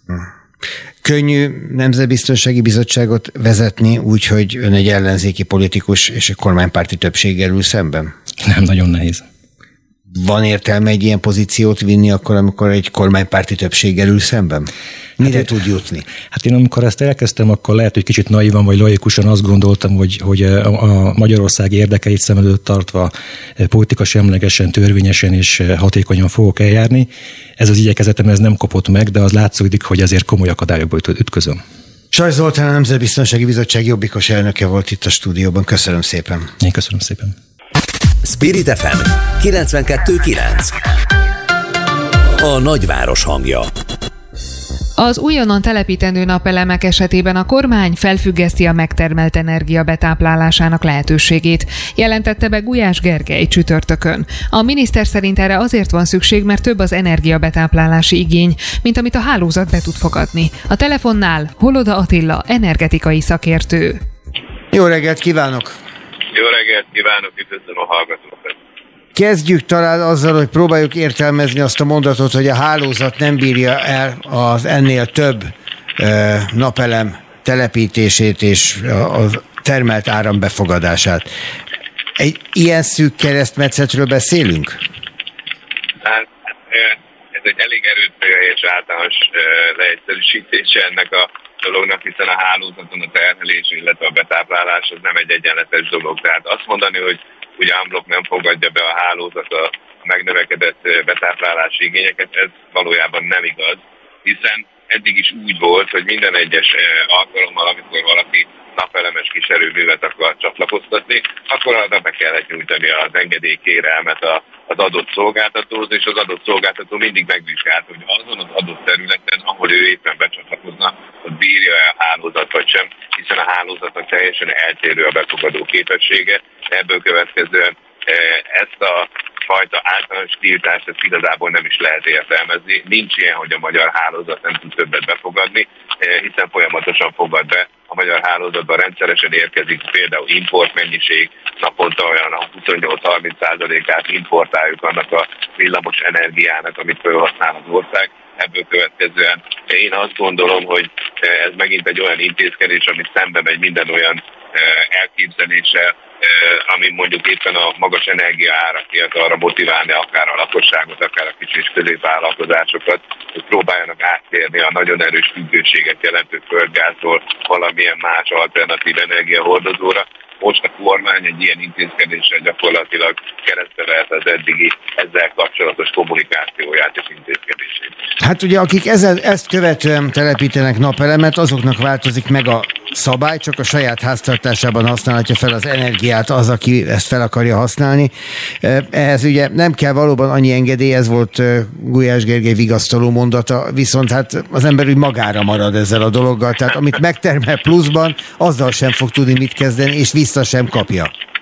Könnyű nemzetbiztonsági bizottságot vezetni úgy, hogy ön egy ellenzéki politikus és egy kormánypárti többséggel ül szemben? Nem, nagyon nehéz. Van értelme egy ilyen pozíciót vinni akkor, amikor egy kormánypárti többséggel ül szemben? Mire tud jutni? Hát én amikor ezt elkezdtem, akkor lehet, hogy kicsit naivan vagy laikusan azt gondoltam, hogy a Magyarország érdekeit szem előtt tartva politika semlegesen, törvényesen és hatékonyan fogok eljárni. Ez az igyekezetem, ez nem kopott meg, de az látszódik, hogy ezért komoly akadályokba ütközöm. Sajz Zoltán, a Nemzetbiztonsági Bizottság jobbikos elnöke volt itt a stúdióban. Köszönöm szépen. Én köszönöm szépen. Spirit FM 92.9. A nagyváros hangja. Az újonnan telepítendő napelemek esetében a kormány felfüggeszti a megtermelt energia betáplálásának lehetőségét, jelentette be Gulyás Gergely csütörtökön. A miniszter szerint erre azért van szükség, mert több az energiabetáplálási igény, mint amit a hálózat be tud fogadni. A telefonnál Holoda Attila, energetikai szakértő. Jó reggelt kívánok! Jó reggelt kívánok, üdvözlöm a hallgatókat! Kezdjük talán azzal, hogy próbáljuk értelmezni azt a mondatot, hogy a hálózat nem bírja el az ennél több napelem telepítését és a termelt áram befogadását. Egy ilyen szűk keresztmetszetről beszélünk? Hát, ez egy elég erőteljes általános leegyszerűsítése ennek a dolognak, hiszen a hálózaton a terhelés, illetve a betáplálás az nem egy egyenletes dolog. Tehát azt mondani, hogy ugye unblock nem fogadja be a hálózat a megnövekedett betáplálási igényeket, ez valójában nem igaz, hiszen eddig is úgy volt, hogy minden egyes alkalommal, amikor valaki napelemes kiserőművet akar csatlakoztatni, akkor arra be kellett nyújtani az engedélykérelmet az adott szolgáltatóhoz, és az adott szolgáltató mindig megvizsgált, hogy azon az adott területen, ahol ő éppen becsatlakozna, hogy bírja-e a hálózat vagy sem, hiszen a hálózatnak teljesen eltérő a befogadó képessége. Ebből következően ezt a fajta általános tiltást ezt igazából nem is lehet értelmezni. Nincs ilyen, hogy a magyar hálózat nem tud többet befogadni, hiszen folyamatosan fogad be. A magyar hálózatban rendszeresen érkezik például importmennyiség, naponta olyan a 28-30%-át importáljuk annak a villamos energiának, amit felhasznál az ország. Ebből következően én azt gondolom, hogy ez megint egy olyan intézkedés, ami szembe megy minden olyan elképzeléssel, ami mondjuk éppen a magas energia árak miatt arra motiválni akár a lakosságot, akár a kis és középvállalkozásokat, hogy próbáljanak áttérni a nagyon erős függőséget jelentő földgázról valamilyen más alternatív energiahordozóra. Most a kormány egy ilyen intézkedéssel gyakorlatilag keresztbe verte az eddigi ezzel kapcsolatos kommunikációját és intézkedését. Hát ugye akik ezt követően telepítenek napelemet, azoknak változik meg a szabály, csak a saját háztartásában használhatja fel az energiát az, aki ezt fel akarja használni. Ehhez ugye nem kell valóban annyi engedély, ez volt Gulyás Gergely vigasztaló mondata, viszont hát az ember úgy magára marad ezzel a dologgal, tehát amit megtermel pluszban, azzal sem fog tudni mit kezdeni, és vissza sem kapja.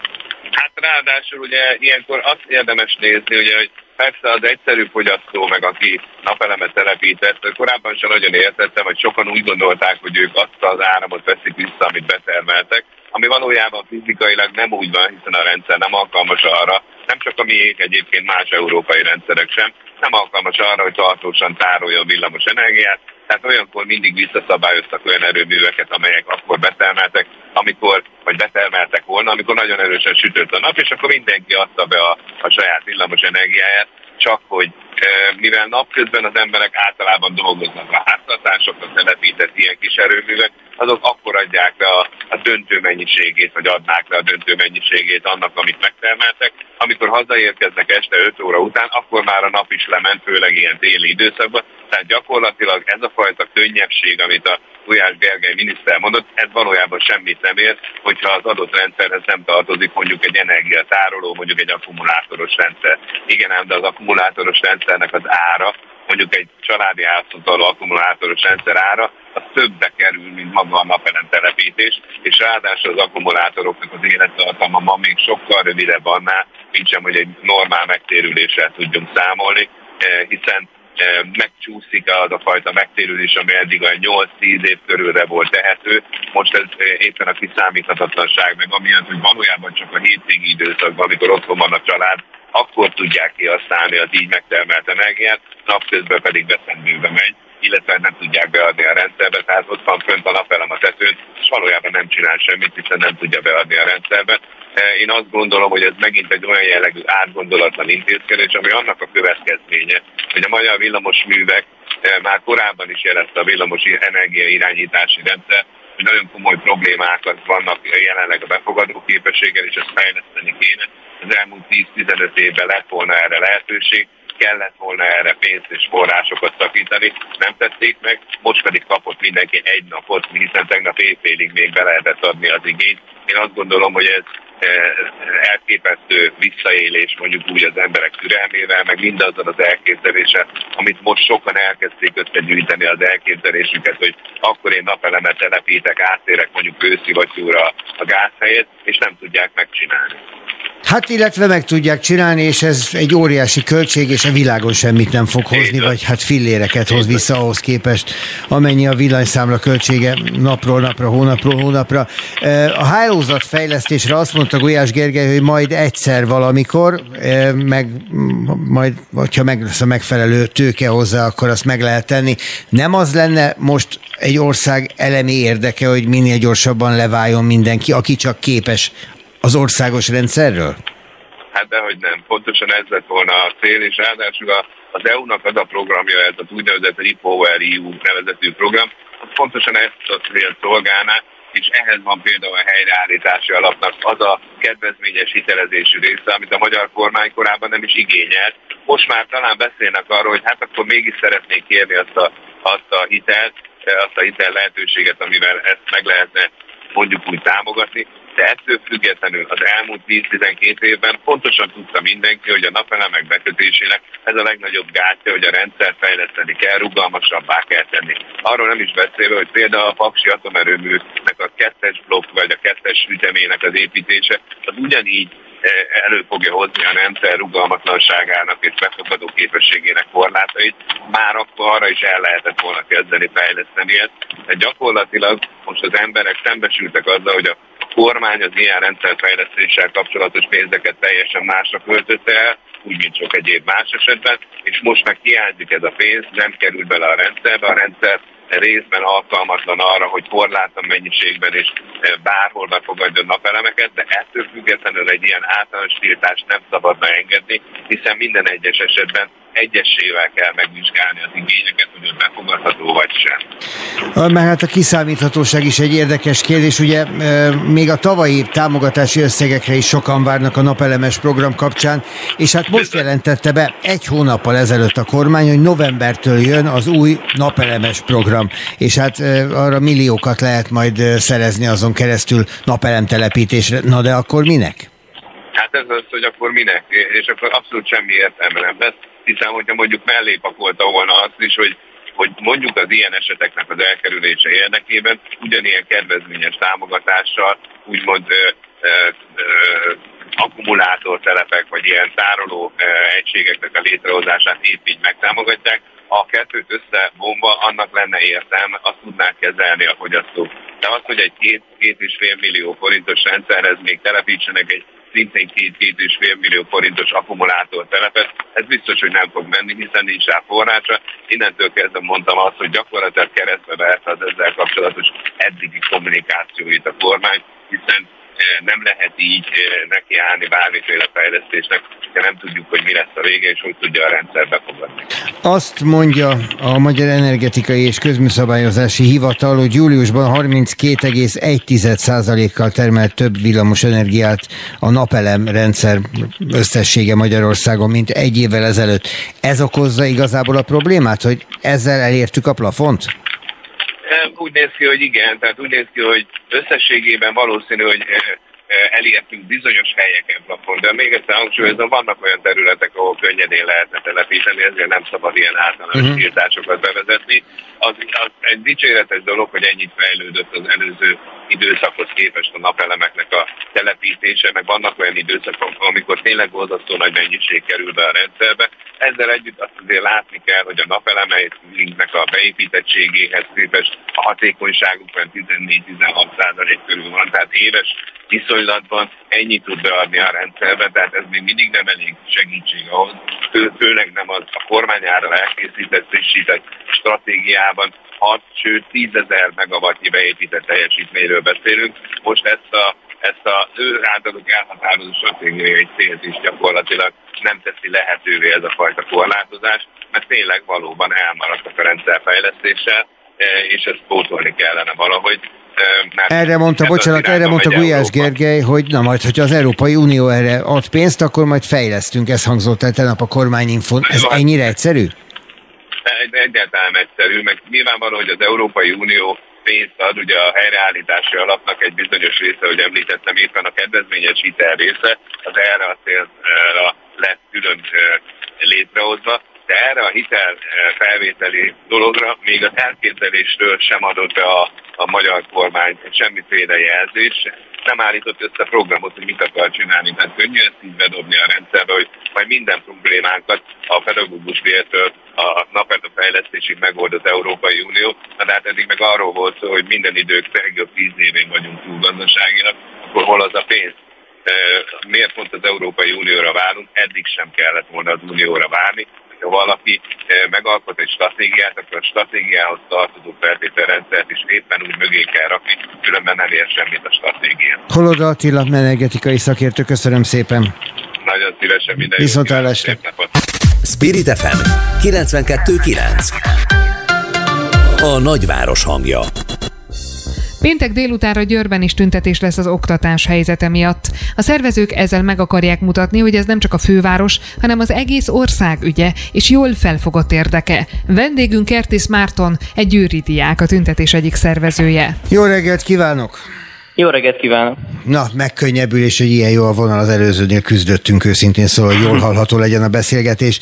Hát ráadásul ugye ilyenkor azt érdemes nézni, ugye, hogy persze az egyszerű fogyasztó, meg aki napelemet telepített, korábban sem nagyon értettem, hogy sokan úgy gondolták, hogy ők azt az áramot veszik vissza, amit betermeltek, ami valójában fizikailag nem úgy van, hiszen a rendszer nem alkalmas arra, nem csak a miénk, egyébként más európai rendszerek sem, nem alkalmas arra, hogy tartósan tároljon villamos energiát, tehát olyankor mindig visszaszabályoztak olyan erőműveket, amelyek akkor betermeltek, vagy betermeltek volna, amikor nagyon erősen sütött a nap, és akkor mindenki adta be a saját villamos energiáját, csak hogy mivel napközben az emberek általában dolgoznak a háztartásokra telepített ilyen kis erőművek, azok akkor adják le a döntő mennyiségét, vagy adnák le a döntő mennyiségét annak, amit megtermeltek. Amikor hazaérkeznek este 5 óra után, akkor már a nap is lement, főleg ilyen téli időszakban. Tehát gyakorlatilag ez a fajta könnyebbség, amit a Gulyás Gergely miniszter mondott, ez valójában semmit nem ér, hogyha az adott rendszerhez nem tartozik mondjuk egy energiatároló, mondjuk egy akkumulátoros rendszer. Igen ám, de az akkumulátoros rendszernek az ára, mondjuk egy családi háztartó akkumulátoros rendszer ára, az többbe kerül, mint maga a napelem telepítés, és ráadásul az akkumulátoroknak az élettartama ma még sokkal rövidebb annál, mint sem, hogy egy normál megtérüléssel tudjunk számolni, hiszen megcsúszik az a fajta megtérülés, ami eddig a 8-10 év körülre volt tehető. Most ez éppen a kiszámíthatatlanság, meg amiatt, hogy valójában csak a hétvégi időszakban, amikor otthon van a család, akkor tudják kihasználni az így megtermelt energiát, napközben pedig veszendőbe megy, illetve nem tudják beadni a rendszerbe, tehát ott van fönt a napelem a tetőn, és valójában nem csinál semmit, hiszen nem tudja beadni a rendszerbe. Én azt gondolom, hogy ez megint egy olyan jellegű átgondolatlan intézkedés, ami annak a következménye, hogy a magyar villamosművek már korábban is jelezte a villamos energiairányítási rendszer, hogy nagyon komoly problémákat vannak jelenleg a befogadó képességgel, és ezt fejleszteni kéne. Az elmúlt 10-15 évben lett volna erre lehetőség, kellett volna erre pénzt és forrásokat szakítani, nem tették meg, most pedig kapott mindenki egy napot, hiszen tegnap éjfélig még be lehetett adni az igényt. Én azt gondolom, hogy ez elképesztő visszaélés mondjuk úgy az emberek türelmével, meg mindazzal az elképzeléssel, amit most sokan elkezdték összegyűjteni az elképzelésüket, hogy akkor én napelemet telepítek, áttérek mondjuk őszivattyúra a gáz helyett, és nem tudják megcsinálni. Hát illetve meg tudják csinálni, és ez egy óriási költség, és a világon semmit nem fog hozni, vagy hát filléreket hoz vissza ahhoz képest, amennyi a villanyszámla költsége napról napra, hónapról hónapra. A hálózatfejlesztésre azt mondta Gulyás Gergely, hogy majd egyszer valamikor, meg majd, hogyha meg lesz a megfelelő tőke hozzá, akkor azt meg lehet tenni. Nem az lenne most egy ország elemi érdeke, hogy minél gyorsabban leváljon mindenki, aki csak képes az országos rendszerről? Hát dehogy nem. Pontosan ez lett volna a cél, és ráadásul az EU-nak az a programja, ez az úgynevezett REPowerEU nevezetű program, az pontosan ezt a célt szolgálná, és ehhez van például a helyreállítási alapnak az a kedvezményes hitelezésű része, amit a magyar kormány korábban nem is igényelt. Most már talán beszélnek arról, hogy hát akkor mégis szeretnék kérni azt a hitelt, azt a hitel lehetőséget, amivel ezt meg lehetne mondjuk úgy támogatni, de ettől függetlenül az elmúlt 10-12 évben pontosan tudta mindenki, hogy a napelemek bekötésének ez a legnagyobb gátja, hogy a rendszert fejleszteni kell, rugalmasabbá kell tenni. Arról nem is beszélve, hogy például a Paksi atomerőműnek a 2-es blokk vagy a 2-es ütemének az építése, az ugyanígy elő fogja hozni a rendszer rugalmatlanságának és befogadó képességének korlátait, már akkor arra is el lehetett volna kezdeni fejleszteni ezt. De gyakorlatilag most az emberek szembesültek azzal, hogy a kormány az ilyen rendszerfejlesztéssel kapcsolatos pénzeket teljesen másra költötte el, úgy, mint sok egyéb más esetben, és most meg hiányzik ez a pénz, nem kerül bele a rendszerbe, a rendszer részben alkalmatlan arra, hogy korlátlan mennyiségben és bárhol befogadjon napelemeket, de ettől függetlenül egy ilyen általános tiltást nem szabadna engedni, hiszen minden egyes esetben egyesével kell megvizsgálni az igényeket, hogy az befogadható vagy sem. Mert hát a kiszámíthatóság is egy érdekes kérdés. Ugye még a tavalyi támogatási összegekre is sokan várnak a napelemes program kapcsán, és hát most jelentette be 1 hónappal ezelőtt a kormány, hogy novembertől jön az új napelemes program, és hát arra milliókat lehet majd szerezni azon keresztül napelemtelepítésre. Na de akkor minek? Hát ez az, hogy akkor minek, és akkor abszolút semmi értelme nem lesz, hiszen hogyha mondjuk mellé pakolta volna azt is, hogy mondjuk az ilyen eseteknek az elkerülése érdekében ugyanilyen kedvezményes támogatással, úgymond akkumulátortelepek, vagy ilyen tároló egységeknek a létrehozását épp így megtámogatják, ha a kettőt összevonva, annak lenne értelme, azt tudnák kezelni a fogyasztók. De az, hogy egy 2,5 millió forintos rendszerhez még telepítsenek egy szintén 2,5 millió forintos akkumulátortelepet, ez biztos, hogy nem fog menni, hiszen nincs rá forrása. Innentől kezdve mondtam azt, hogy gyakorlatilag keresztbe verte az ezzel kapcsolatos eddigi kommunikációit a kormány, hiszen nem lehet így nekiállni bármiféle fejlesztésnek, de nem tudjuk, hogy mi lesz a vége, és hogy tudja a rendszer befogadni. Azt mondja a Magyar Energetikai és Közműszabályozási Hivatal, hogy júliusban 32,1%-kal termelt több villamos energiát a napelem rendszer összessége Magyarországon, mint egy évvel ezelőtt. Ez okozza igazából a problémát, hogy ezzel elértük a plafont? Úgy néz ki, hogy igen, tehát úgy néz ki, hogy összességében valószínű, hogy elértünk bizonyos helyeken plafon, de még egyszer hangsúlyozom, vannak olyan területek, ahol könnyedén lehetne telepíteni, ezért nem szabad ilyen általános tiltásokat bevezetni. Az egy dicséretes dolog, hogy ennyit fejlődött az előző időszakhoz képest a napelemeknek a telepítése, meg vannak olyan időszakok, amikor tényleg borzasztó nagy mennyiség kerül be a rendszerbe. Ezzel együtt azt azért látni kell, hogy a napelemeknek a beépítettségéhez képest a hatékonyságuk 14-16% körül van, tehát éves viszonylatban ennyit tud beadni a rendszerbe, tehát ez még mindig nem elég segítség ahhoz, főleg nem az a kormány által elkészített, frissített stratégiában 6, sőt 10 000 megawattnyi beépített teljesítményről beszélünk. Most ezt az ő általuk elhatározó stratégiai célt is gyakorlatilag nem teszi lehetővé ez a fajta korlátozás, mert tényleg valóban elmaradtak a rendszerfejlesztéssel, és ezt pótolni kellene valahogy. Erre mondta Gulyás Gergely, hogy na majd, hogyha az Európai Unió erre ad pénzt, akkor majd fejlesztünk, ez hangzott el tegnap a kormányinfón. Ez ennyire egyszerű? Egyáltalán egyszerű, meg nyilvánvaló, hogy az Európai Unió pénzt ad, ugye a helyreállítási alapnak egy bizonyos része, hogy említettem, éppen a kedvezményes hitel része, az erre a célra lett külön létrehozva, de erre a hitel felvételi dologra még az elképzelésről sem adott be a magyar kormány semmiféle jelzés, nem állított össze programot, hogy mit akar csinálni. Tehát könnyű ezt így bedobni a rendszerbe, hogy majd minden problémánkat a pedagógus bértől a napelem fejlesztésig megold az Európai Unió. De hát eddig meg arról volt szó, hogy minden idők legjobb 10 évén vagyunk túl gazdaságilag, akkor hol az a pénz? Miért pont az Európai Unióra várunk? Eddig sem kellett volna az Unióra várni. Ha valaki megalkot egy stratégiát, akkor a stratégiához tartozó feltételrendszert is éppen úgy mögé kell rakni, különben nem ér semmit a stratégia. Holoda Attila, energetikai szakértő, köszönöm szépen. Nagyon szívesen, minden Viszontlátásra. Spirit FM 92.9. A nagyváros hangja. Péntek délutánra Győrben is tüntetés lesz az oktatás helyzete miatt. A szervezők ezzel meg akarják mutatni, hogy ez nem csak a főváros, hanem az egész ország ügye, és jól felfogott érdeke. Vendégünk Kertész Márton, egy győri diák, a tüntetés egyik szervezője. Jó reggelt kívánok! Jó reggelt kívánok! Na, megkönnyebbülés, hogy ilyen jó a vonal, az előzőnél küzdöttünk őszintén, szóval jól hallható legyen a beszélgetés.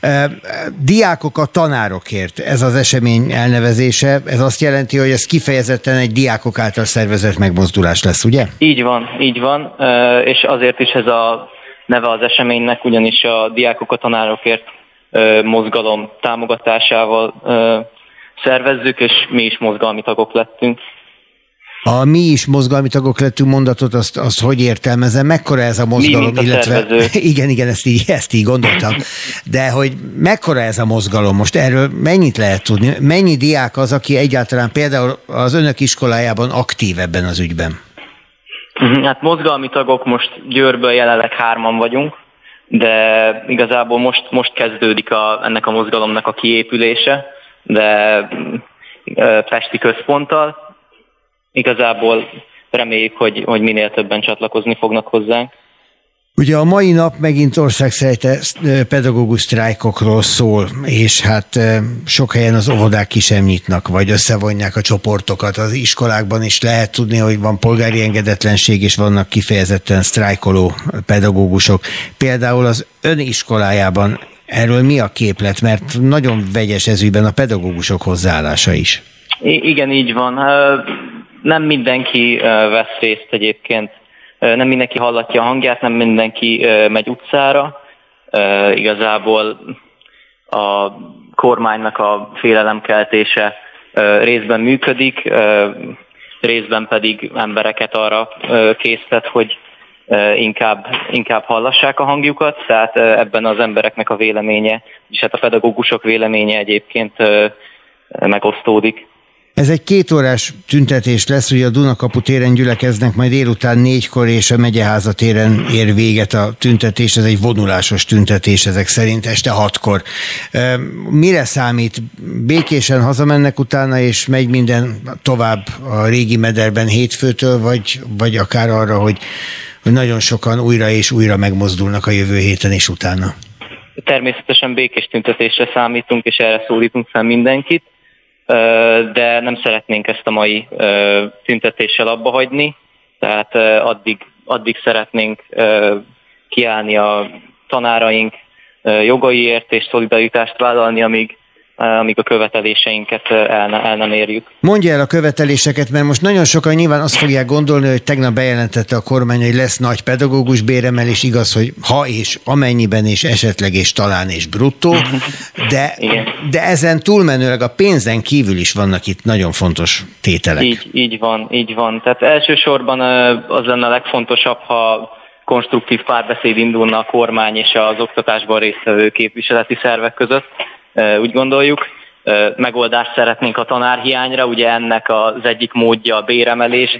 Diákok a tanárokért, ez az esemény elnevezése, ez azt jelenti, hogy ez kifejezetten egy diákok által szervezett megmozdulás lesz, ugye? Így van, és azért is ez a neve az eseménynek, ugyanis a diákok a tanárokért mozgalom támogatásával szervezzük, és mi is mozgalmi tagok lettünk. A mi is mozgalmi tagok lettünk mondatot, azt hogy értelmezem? Mekkora ez a mozgalom? Mi, illetve Igen, ezt így gondoltam. De hogy mekkora ez a mozgalom? Most erről mennyit lehet tudni? Mennyi diák az, aki egyáltalán például az önök iskolájában aktív ebben az ügyben? Hát mozgalmi tagok most Győrből jelenleg 3-an vagyunk, de igazából most kezdődik ennek a mozgalomnak a kiépülése, de pesti központtal. Igazából reméljük, hogy minél többen csatlakozni fognak hozzánk. Ugye a mai nap megint országszerte pedagógus sztrájkokról szól, és hát sok helyen az óvodák ki sem nyitnak, vagy összevonják a csoportokat. Az iskolákban is lehet tudni, hogy van polgári engedetlenség, és vannak kifejezetten sztrájkoló pedagógusok. Például az ön iskolájában erről mi a képlet? Mert nagyon vegyes ez ügyben a pedagógusok hozzáállása is. Igen, így van. Nem mindenki vesz részt egyébként, nem mindenki hallatja a hangját, nem mindenki megy utcára. Igazából a kormánynak a félelemkeltése részben működik, részben pedig embereket arra késztet, hogy inkább hallassák a hangjukat, tehát ebben az embereknek a véleménye, és hát a pedagógusok véleménye egyébként megosztódik. Ez egy 2 órás tüntetés lesz, ugye a Dunakapu téren gyülekeznek, majd délután 4-kor és a Megyeháza téren ér véget a tüntetés, ez egy vonulásos tüntetés ezek szerint, este 6-kor. Mire számít? Békésen hazamennek utána, és megy minden tovább a régi mederben hétfőtől, vagy akár arra, hogy nagyon sokan újra és újra megmozdulnak a jövő héten és utána? Természetesen békés tüntetésre számítunk, és erre szólítunk fel mindenkit, de nem szeretnénk ezt a mai tüntetéssel abba hagyni, tehát addig szeretnénk kiállni a tanáraink jogaiért és szolidaritást vállalni, amíg a követeléseinket el nem érjük. Mondja el a követeléseket, mert most nagyon sokan nyilván azt fogják gondolni, hogy tegnap bejelentette a kormány, hogy lesz nagy pedagógus béremelés, igaz, hogy ha és amennyiben és esetleg és talán és bruttó, de ezen túlmenőleg a pénzen kívül is vannak itt nagyon fontos tételek. Így van. Tehát elsősorban az lenne a legfontosabb, ha konstruktív párbeszéd indulna a kormány és az oktatásban résztvevő képviseleti szervek között. Úgy gondoljuk, megoldást szeretnénk a tanárhiányra, ugye ennek az egyik módja a béremelés,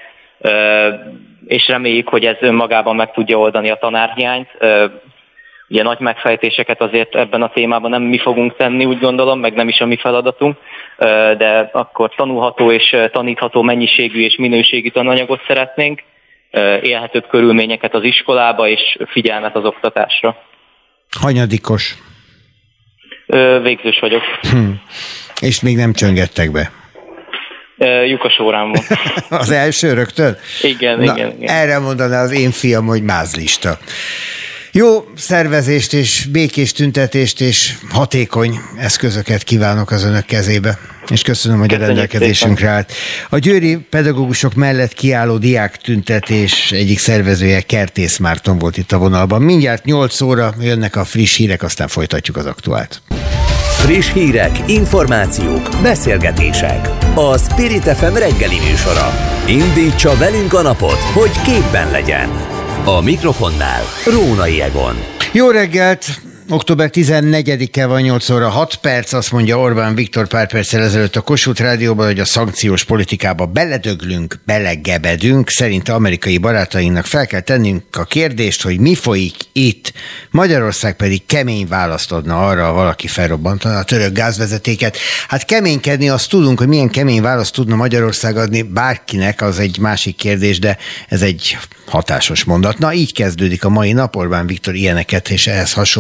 és reméljük, hogy ez önmagában meg tudja oldani a tanárhiányt. Ugye nagy megfejtéseket azért ebben a témában nem mi fogunk tenni, úgy gondolom, meg nem is a mi feladatunk, de akkor tanulható és tanítható mennyiségű és minőségű tananyagot szeretnénk, élhetőbb körülményeket az iskolába és figyelmet az oktatásra. Hanyadikos? Végzős vagyok. És még nem csöngettek be? Lyukas órán van. Az első rögtön? Igen. Erre mondaná az én fiam, hogy mázlista. Jó szervezést és békés tüntetést és hatékony eszközöket kívánok az önök kezébe, és köszönöm, hogy a rendelkezésünkre állt. A győri pedagógusok mellett kiálló diáktüntetés egyik szervezője Kertész Márton volt itt a vonalban. Mindjárt 8 óra jönnek a friss hírek, aztán folytatjuk az aktuált. Friss hírek, információk, beszélgetések. A Spirit FM reggeli műsora. Indítsa velünk a napot, hogy képben legyen. A mikrofonnál Rónai Egon. Jó reggelt! Október 14-e van, 8 óra 6 perc, azt mondja Orbán Viktor pár perccel ezelőtt a Kossuth Rádióban, hogy a szankciós politikába beledöglünk, belegebedünk. Szerinte amerikai barátainknak fel kell tennünk a kérdést, hogy mi folyik itt. Magyarország pedig kemény választ adna arra, ha valaki felrobbantaná a török gázvezetéket. Hát keménykedni azt tudunk, hogy milyen kemény választ tudna Magyarország adni bárkinek, az egy másik kérdés, de ez egy hatásos mondat. Na, így kezdődik a mai nap. Orbán Viktor ilyeneket és ehhez hasonlókat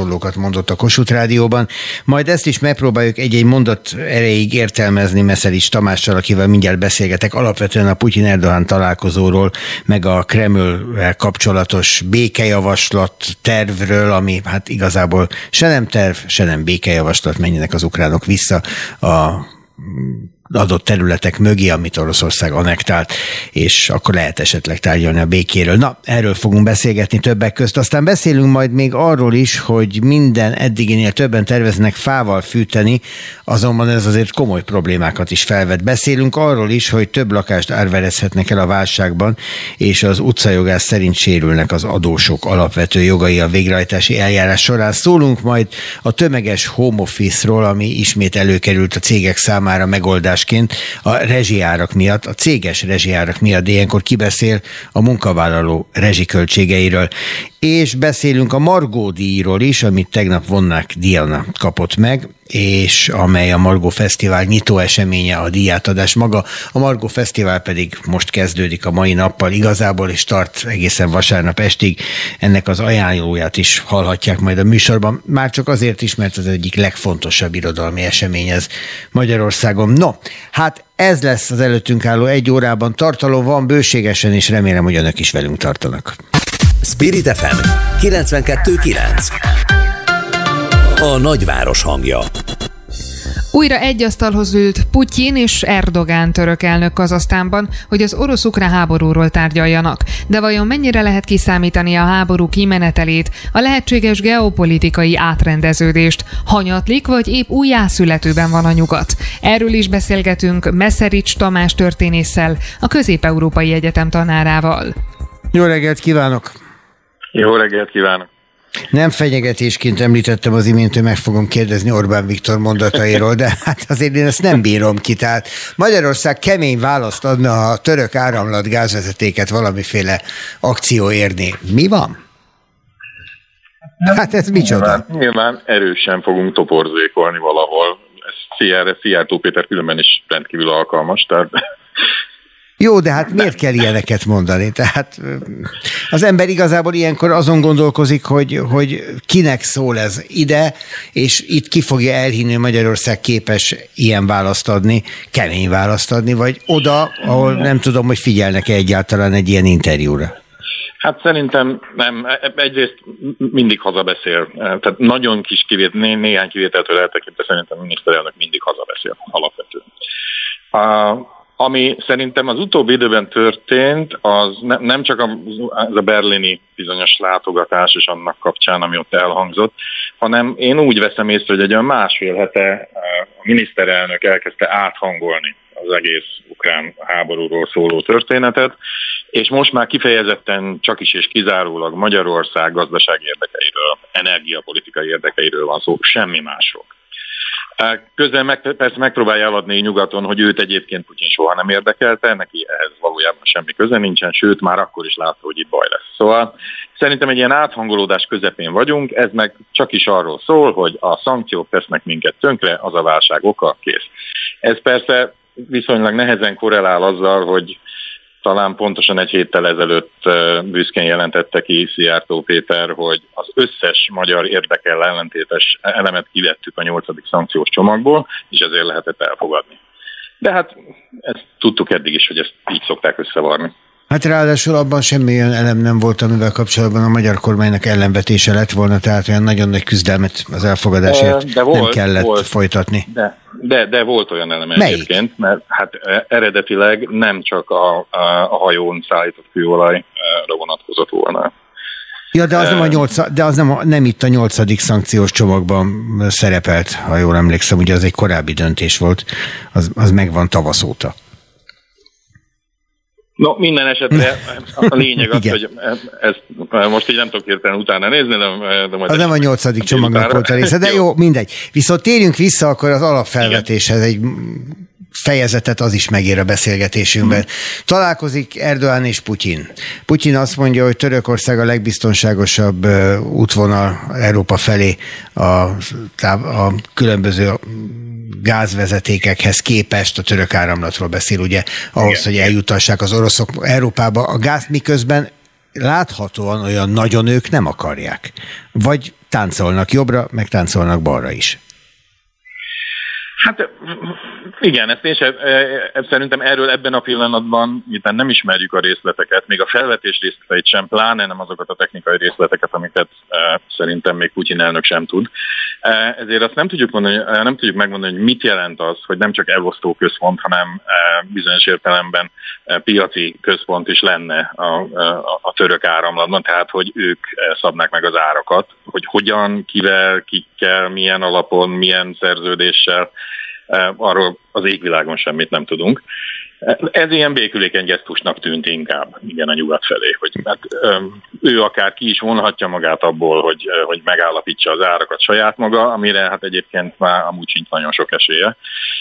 mondott a Kossuth Rádióban. Majd ezt is megpróbáljuk egy-egy mondat erejéig értelmezni Meszerics Tamással, akivel mindjárt beszélgetek, alapvetően a Putyin-Erdoğan találkozóról, meg a Kreml kapcsolatos békejavaslat tervről, ami hát igazából se nem terv, se nem békejavaslat, menjenek az ukránok vissza a adott területek mögé, amit Oroszország annektált, és akkor lehet esetleg tárgyalni a békéről. Na, erről fogunk beszélgetni többek közt. Aztán beszélünk majd még arról is, hogy minden eddiginél többen terveznek fával fűteni, azonban ez azért komoly problémákat is felvet. Beszélünk arról is, hogy több lakást árverezhetnek el a válságban, és az utcajogász szerint sérülnek az adósok alapvető jogai a végrehajtási eljárás során. Szólunk majd a tömeges home office-ról, ami ismét előkerült a cégek számára megoldásként a rezsiárak miatt, a céges rezsiárak miatt, de ilyenkor kibeszél a munkavállaló rezsiköltségeiről. És beszélünk a Margó díjról is, amit tegnap Vonnák Diana kapott meg, és amely a Margó Fesztivál nyitó eseménye, a díjátadás maga. A Margó Fesztivál pedig most kezdődik a mai nappal igazából, és tart egészen vasárnap estig. Ennek az ajánlóját is hallhatják majd a műsorban. Már csak azért is, mert az egyik legfontosabb irodalmi esemény ez Magyarországon. No, hát ez lesz az előttünk álló 1 órában. Tartalom van bőségesen, és remélem, hogy önök is velünk tartanak. Spirit FM 92.9. A nagyváros hangja. Újra egy asztalhoz ült Putyin és Erdoğan török elnök Kazahsztánban, hogy az orosz-ukrán háborúról tárgyaljanak. De vajon mennyire lehet kiszámítani a háború kimenetelét, a lehetséges geopolitikai átrendeződést? Hanyatlik, vagy épp újjászületőben van a nyugat? Erről is beszélgetünk Meszerics Tamás történésszel, a Közép-Európai Egyetem tanárával. Jó reggelt kívánok! Jó reggelt kívánok! Nem fenyegetésként említettem az imént, hogy meg fogom kérdezni Orbán Viktor mondatairól, de hát azért én ezt nem bírom ki. Tehát Magyarország kemény választ adna, ha a török áramlat gázvezetéket valamiféle akció érni. Mi van? Hát ez micsoda? Nyilván erősen fogunk toporzékolni valahol. Ez Szijjártó Péter különben is rendkívül alkalmas, tehát... Jó, de hát miért kell ilyeneket mondani? Tehát az ember igazából ilyenkor azon gondolkozik, hogy kinek szól ez ide, és itt ki fogja elhinni, hogy Magyarország képes ilyen választ adni, kemény választ adni, vagy oda, ahol nem tudom, hogy figyelnek-e egyáltalán egy ilyen interjúra. Hát szerintem nem. Egyrészt mindig hazabeszél. Tehát nagyon kis néhány kivételtől eltekintve szerintem a miniszterelnök mindig hazabeszél alapvetően. Ami szerintem az utóbbi időben történt, az nem csak az a berlini bizonyos látogatás és annak kapcsán, ami ott elhangzott, hanem én úgy veszem észre, hogy egy olyan másfél hete a miniszterelnök elkezdte áthangolni az egész ukrán háborúról szóló történetet, és most már kifejezetten csak is és kizárólag Magyarország gazdasági érdekeiről, energiapolitikai érdekeiről van szó, semmi másról. Közben persze megpróbálja eladni nyugaton, hogy őt egyébként Putyin soha nem érdekelte, neki ehhez valójában semmi köze nincsen, sőt már akkor is látta, hogy itt baj lesz. Szóval szerintem egy ilyen áthangolódás közepén vagyunk, ez meg csak is arról szól, hogy a szankciók tesznek minket tönkre, az a válság oka, kész. Ez persze viszonylag nehezen korrelál azzal, hogy talán pontosan egy héttel ezelőtt büszkén jelentette ki Szijjártó Péter, hogy az összes magyar érdekkel ellentétes elemet kivettük a 8. szankciós csomagból, és ezért lehetett elfogadni. De hát ezt tudtuk eddig is, hogy ezt így szokták összevarni. Hát ráadásul abban semmilyen elem nem volt, amivel kapcsolatban a magyar kormánynak ellenvetése lett volna, tehát olyan nagyon nagy küzdelmet az elfogadásért nem kellett folytatni. De volt olyan elem egyébként, mert hát eredetileg nem csak a hajón szállított kőolajra vonatkozott volna. Ja, de az nem itt a 8. szankciós csomagban szerepelt, ha jól emlékszem, ugye az egy korábbi döntés volt, az megvan tavasz óta. No, minden esetre a lényeg az, hogy ezt most így nem tudok hirtelen utána nézni, de majd... Az nem a 8. csomagnak volt a része, de jó, mindegy. Viszont térjünk vissza akkor az alapfelvetéshez, egy fejezetet az is megér a beszélgetésünkben. Találkozik Erdoğan és Putyin. Putyin azt mondja, hogy Törökország a legbiztonságosabb útvonal Európa felé a különböző gázvezetékekhez képest, a török áramlatról beszél, ugye, ahhoz, hogy eljutassák az oroszok Európába a gázt, miközben láthatóan olyan nagyon ők nem akarják. Vagy táncolnak jobbra, meg táncolnak balra is. Hát igen, ezt én sem, szerintem erről ebben a pillanatban, miután nem ismerjük a részleteket, még a felvetés részleteit sem, pláne nem azokat a technikai részleteket, amiket szerintem még Putyin elnök sem tud. Ezért azt nem tudjuk megmondani, hogy mit jelent az, hogy nem csak elosztó központ, hanem bizonyos értelemben piaci központ is lenne a török áramlatban, tehát hogy ők szabnák meg az árakat, hogy hogyan, kivel, kikkel, milyen alapon, milyen szerződéssel, arról az égvilágon semmit nem tudunk. Ez ilyen békülékeny gesztusnak tűnt inkább, igen, a nyugat felé, hogy hát, ő akár ki is vonhatja magát abból, hogy megállapítsa az árakat saját maga, amire hát egyébként már amúgy sincs nagyon sok esélye.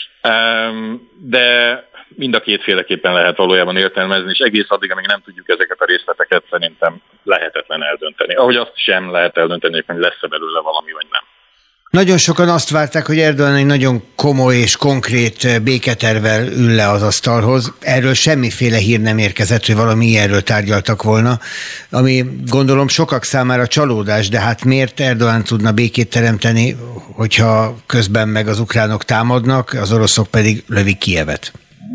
De mind a kétféleképpen lehet valójában értelmezni, és egész addig, amíg nem tudjuk ezeket a részleteket, szerintem lehetetlen eldönteni. Ahogy azt sem lehet eldönteni, hogy lesz-e belőle valami, vagy nem. Nagyon sokan azt várták, hogy Erdogan egy nagyon komoly és konkrét béketervvel ül le az asztalhoz. Erről semmiféle hír nem érkezett, hogy valami ilyenről tárgyaltak volna, ami gondolom sokak számára csalódás, de hát miért Erdogan tudna békét teremteni, hogyha közben meg az ukránok támadnak, az oroszok pedig lövik Kijevet?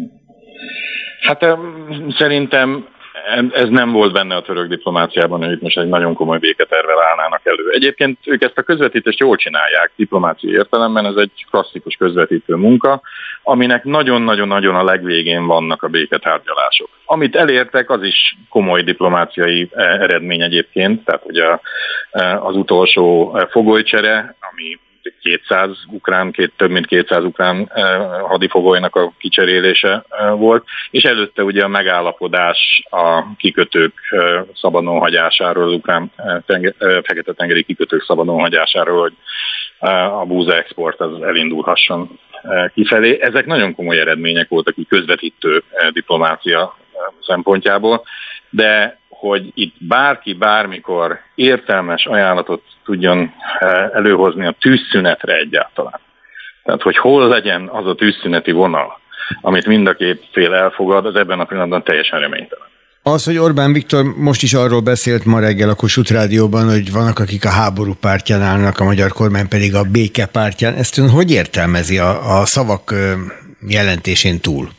Hát szerintem ez nem volt benne a török diplomáciában, hogy most egy nagyon komoly béketervvel állnának elő. Egyébként ők ezt a közvetítést jól csinálják, diplomáciai értelemben, ez egy klasszikus közvetítő munka, aminek nagyon-nagyon-nagyon a legvégén vannak a béketárgyalások. Amit elértek, az is komoly diplomáciai eredmény egyébként, tehát ugye az utolsó fogolycsere, ami 200 ukrán, több mint 200 ukrán hadifogolynak a kicserélése volt, és előtte ugye a megállapodás a kikötők szabadon hagyásáról, az ukrán fekete-tengeri kikötők szabadon hagyásáról, hogy a búza export az elindulhasson kifelé. Ezek nagyon komoly eredmények voltak így közvetítő diplomácia szempontjából, de hogy itt bárki bármikor értelmes ajánlatot tudjon előhozni a tűzszünetre egyáltalán. Tehát, hogy hol legyen az a tűzszüneti vonal, amit mind a két fél elfogad, az ebben a pillanatban teljesen reménytelen. Az, hogy Orbán Viktor most is arról beszélt ma reggel a Kossuth Rádióban, hogy vannak, akik a háború pártján állnak, a magyar kormány pedig a béke pártján. Ezt ön hogy értelmezi a szavak jelentésén túl?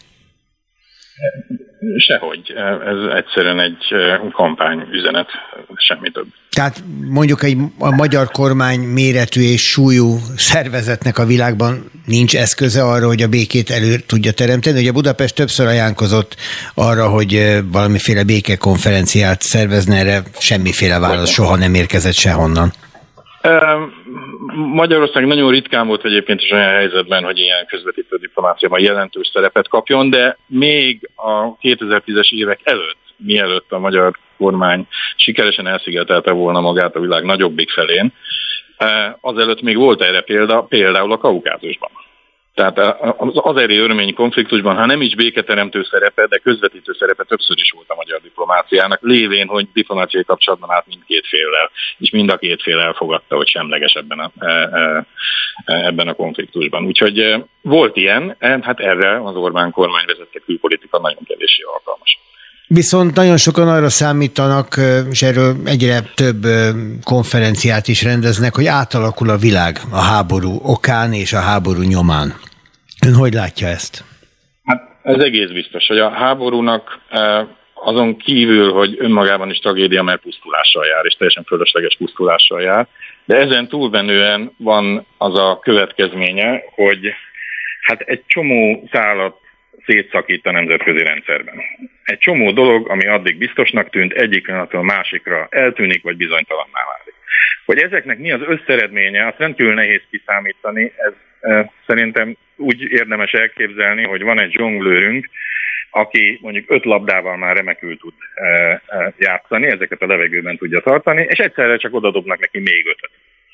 Sehogy. Ez egyszerűen egy kampányüzenet, semmi több. Tehát mondjuk a magyar kormány méretű és súlyú szervezetnek a világban nincs eszköze arra, hogy a békét elő tudja teremteni. Ugye Budapest többször ajánlkozott arra, hogy valamiféle békekonferenciát szervezne, erre semmiféle válasz soha nem érkezett sehonnan. Magyarország nagyon ritkán volt egyébként is olyan helyzetben, hogy ilyen közvetítő diplomáciában jelentős szerepet kapjon, de még a 2010-es évek előtt, mielőtt a magyar kormány sikeresen elszigetelte volna magát a világ nagyobbik felén, azelőtt még volt erre például a Kaukázusban. Tehát az azeri-örmény konfliktusban, ha nem is béketeremtő szerepe, de közvetítő szerepe többször is volt a magyar diplomáciának, lévén, hogy diplomáciai kapcsolatban állt mindkét féllel, és mind a két fél elfogadta, hogy semleges ebben a konfliktusban. Úgyhogy volt ilyen, hát erre az Orbán kormány vezette külpolitika nagyon kevéssé alkalmas. Viszont nagyon sokan arra számítanak, és erről egyre több konferenciát is rendeznek, hogy átalakul a világ a háború okán és a háború nyomán. Ön hogy látja ezt? Hát ez egész biztos, hogy a háborúnak azon kívül, hogy önmagában is tragédia, mert pusztulással jár, és teljesen fölösleges pusztulással jár, de ezen túlmenően van az a következménye, hogy hát egy csomó szálat szétszakít a nemzetközi rendszerben. Egy csomó dolog, ami addig biztosnak tűnt, egyik pillanatról másikra eltűnik, vagy bizonytalanná válik. Hogy ezeknek mi az összeredménye, azt rendkívül nehéz kiszámítani, ez szerintem úgy érdemes elképzelni, hogy van egy zsonglőrünk, aki mondjuk 5 labdával már remekül tud játszani, ezeket a levegőben tudja tartani, és egyszerre csak odadobnak neki még 5-öt.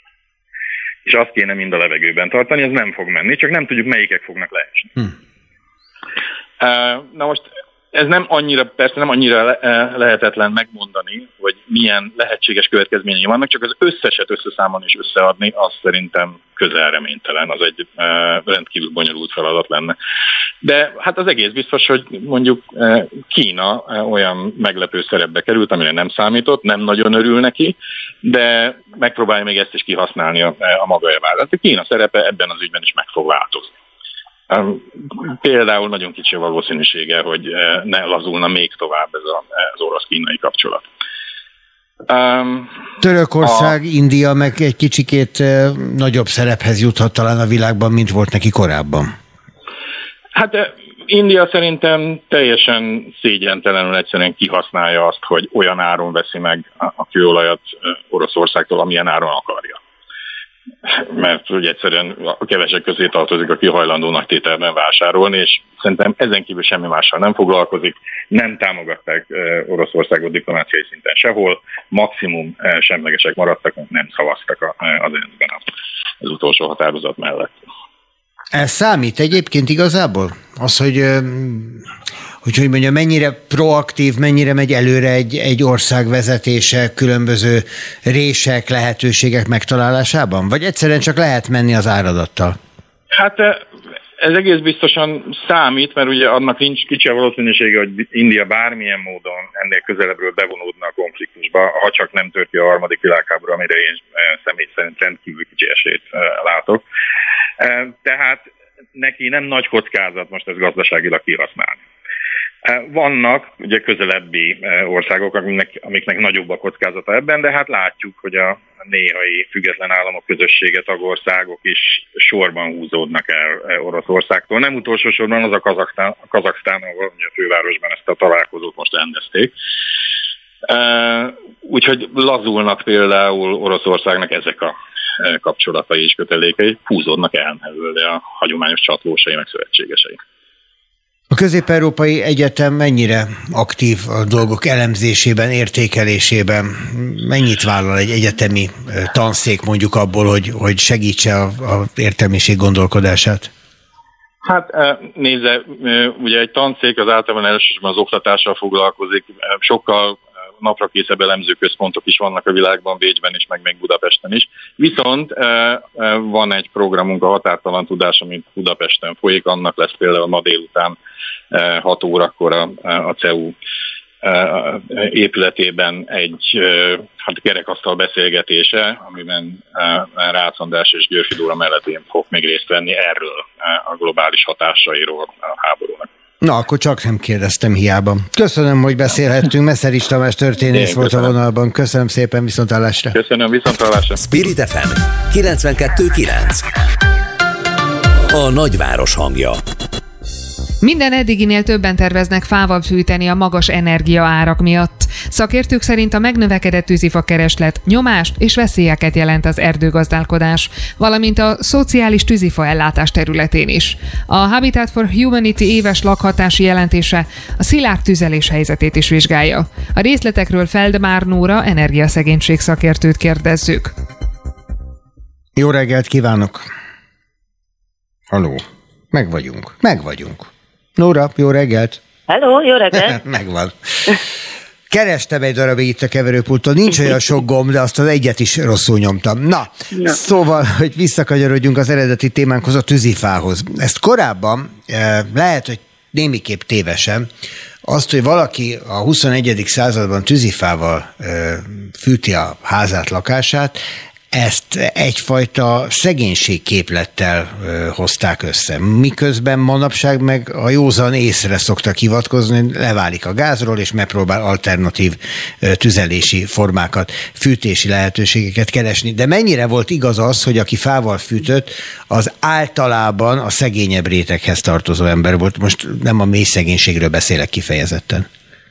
És azt kéne mind a levegőben tartani, ez nem fog menni, csak nem tudjuk, melyikek fognak leesni. Na most ez nem annyira lehetetlen megmondani, hogy milyen lehetséges következményei vannak, csak az összeset összeszámolni és összeadni, az szerintem közel reménytelen, az egy rendkívül bonyolult feladat lenne. De hát az egész biztos, hogy mondjuk Kína olyan meglepő szerepbe került, amire nem számított, nem nagyon örül neki, de megpróbálja még ezt is kihasználni a maga javát. Hát a Kína szerepe ebben az ügyben is meg fog változni. Például nagyon kicsi a valószínűsége, hogy ne lazulna még tovább ez az orosz-kínai kapcsolat. Törökország, India meg egy kicsikét nagyobb szerephez juthat talán a világban, mint volt neki korábban. Hát India szerintem teljesen szégyentelenül egyszerűen kihasználja azt, hogy olyan áron veszi meg a kőolajat Oroszországtól, amilyen áron akarja. Mert ugye egyszerűen a kevesek közé tartozik, aki hajlandó nagy tételben vásárolni, és szerintem ezen kívül semmi mással nem foglalkozik, nem támogatták Oroszországot diplomáciai szinten sehol, maximum semlegesek maradtak, nem szavaztak az ENSZ-ben az utolsó határozat mellett. Ez számít egyébként igazából? Az, hogy mondjam, mennyire proaktív, mennyire megy előre egy ország vezetése különböző rések, lehetőségek megtalálásában? Vagy egyszerűen csak lehet menni az áradattal? Hát ez egész biztosan számít, mert ugye annak nincs kicsi a valószínűsége, hogy India bármilyen módon ennél közelebbről bevonódna a konfliktusba, ha csak nem tört ki a harmadik világháború, amire én személy szerint rendkívül kicsi esélyt látok. Tehát neki nem nagy kockázat most ezt gazdaságilag kihasználni. Vannak ugye közelebbi országok, amiknek nagyobb a kockázata ebben, de hát látjuk, hogy a néhai független államok közössége, tagországok is sorban húzódnak el Oroszországtól. Nem utolsó sorban az a Kazaksztán, ahol a fővárosban ezt a találkozót most rendezték. Úgyhogy lazulnak például Oroszországnak ezek a kapcsolatai és kötelékei, húzódnak el mellőle a hagyományos csatlósai meg szövetségesei. A Közép-Európai Egyetem mennyire aktív a dolgok elemzésében, értékelésében? Mennyit vállal egy egyetemi tanszék mondjuk abból, hogy segítse az értelmiség gondolkodását? Hát nézze, ugye egy tanszék az általában elsősorban az oktatással foglalkozik, sokkal naprakészebb elemzőközpontok is vannak a világban, Bécsben is, meg még Budapesten is. Viszont van egy programunk, a Határtalan Tudás, amit Budapesten folyik, annak lesz például ma délután 6 órakor a CEU épületében egy kerekasztal beszélgetése, amiben Rácz András és Györfi Dóra mellett én fogok még részt venni erről a globális hatásairól a háborúnak. Na, akkor csak nem kérdeztem hiába. Köszönöm, hogy beszélhettünk. Meszerics Tamás történész volt a vonalban. Köszönöm szépen, viszonthallásra. Köszönöm, viszonthallásra. Spirit FM 92.9. A nagyváros hangja. Minden eddiginél többen terveznek fával fűteni a magas energiaárak miatt. Szakértők szerint a megnövekedett tűzifa kereslet nyomást és veszélyeket jelent az erdőgazdálkodás, valamint a szociális tűzifa ellátás területén is. A Habitat for Humanity éves lakhatási jelentése a szilárd tüzelés helyzetét is vizsgálja. A részletekről Feldmár Nóra energiaszegénység szakértőt kérdezzük. Jó reggelt kívánok! Halló! Meg vagyunk. Nóra, jó reggelt! Hello, jó reggelt! Megvan. Kerestem egy darabig itt a keverőpulton, nincs olyan sok gomb, de azt az egyet is rosszul nyomtam. Na. Szóval, hogy visszakanyarodjunk az eredeti témánkhoz, a tűzifához. Ezt korábban lehet, hogy némiképp tévesen, azt, hogy valaki a 21. században tűzifával fűti a házát, lakását, ezt egyfajta szegénységképlettel hozták össze. Miközben manapság meg a józan észre szoktak hivatkozni, leválik a gázról, és megpróbál alternatív tüzelési formákat, fűtési lehetőségeket keresni. De mennyire volt igaz az, hogy aki fával fűtött, az általában a szegényebb réteghez tartozó ember volt? Most nem a mély szegénységről beszélek kifejezetten.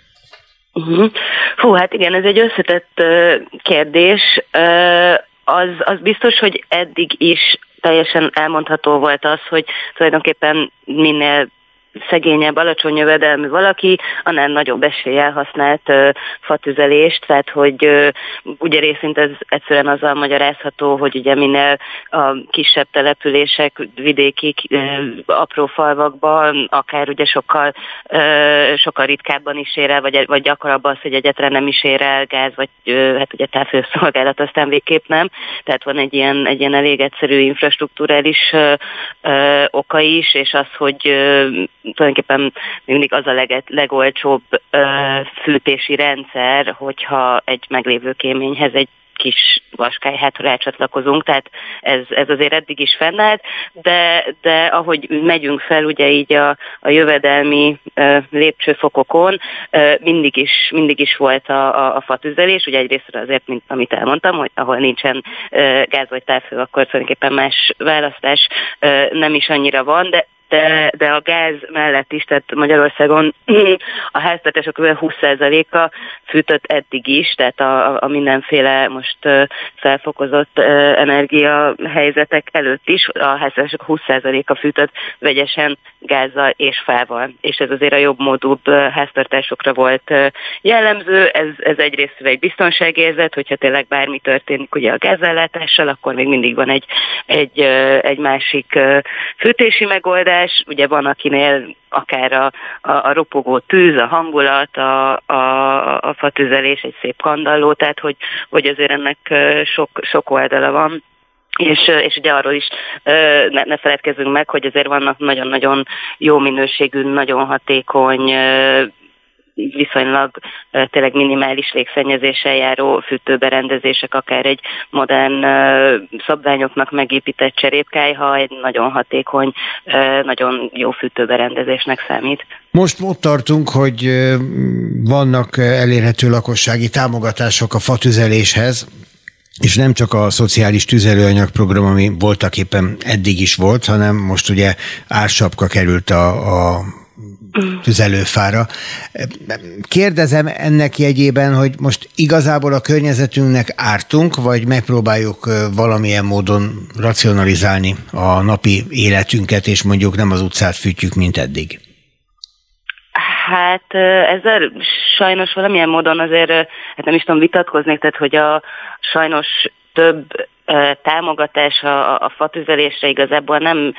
Hú, hát igen, ez egy összetett kérdés. Az biztos, hogy eddig is teljesen elmondható volt az, hogy tulajdonképpen minél szegényebb, alacsony jövedelmű valaki, annál nagyobb eséllyel használt fatüzelést, tehát hogy ugye részint ez egyszerűen azzal magyarázható, hogy ugye minél a kisebb települések, vidéki apró falvakban, akár ugye sokkal ritkábban is ér el, vagy gyakoribb az, hogy egyáltalán nem is ér el gáz, vagy hát ugye távhőszolgálat aztán végképp nem, tehát van egy ilyen elég egyszerű infrastruktúrális oka is, és az, hogy tulajdonképpen mindig az a legolcsóbb fűtési rendszer, hogyha egy meglévő kéményhez egy kis vaskályhát rácsatlakozunk, tehát ez azért eddig is fennállt, de ahogy megyünk fel ugye így a jövedelmi lépcsőfokokon, mindig is volt a fatüzelés, ugye egyrészt azért, mint amit elmondtam, hogy ahol nincsen gáz vagy távhő, akkor tulajdonképpen más választás nem is annyira van, de a gáz mellett is, tehát Magyarországon a háztartások kb. 20%-a fűtött eddig is, tehát a mindenféle most felfokozott energiahelyzetek előtt is a háztartások 20%-a fűtött vegyesen gázzal és fával, és ez azért a jobbmódúbb háztartásokra volt jellemző. Ez egyrészt egy biztonságérzet, hogyha tényleg bármi történik ugye a gázellátással, akkor még mindig van egy másik fűtési megoldás. Ugye van, akinél akár a ropogó tűz, a hangulat, a fatüzelés, egy szép kandalló, tehát hogy azért ennek sok oldala van. És ugye arról is ne feledkezzünk meg, hogy azért vannak nagyon-nagyon jó minőségű, nagyon hatékony, viszonylag tényleg minimális légszennyezéssel járó fűtőberendezések, akár egy modern szabványoknak megépített cserépkályha egy nagyon hatékony, nagyon jó fűtőberendezésnek számít. Most ott tartunk, hogy vannak elérhető lakossági támogatások a fatüzeléshez, és nem csak a szociális tüzelőanyagprogram, ami voltaképpen eddig is volt, hanem most ugye ársapka került a tüzelőfára. Kérdezem ennek jegyében, hogy most igazából a környezetünknek ártunk, vagy megpróbáljuk valamilyen módon racionalizálni a napi életünket, és mondjuk nem az utcát fűtjük, mint eddig? Hát ezzel sajnos valamilyen módon azért, hát nem is tudom, vitatkoznék, tehát hogy sajnos több támogatás a fatüzelésre igazából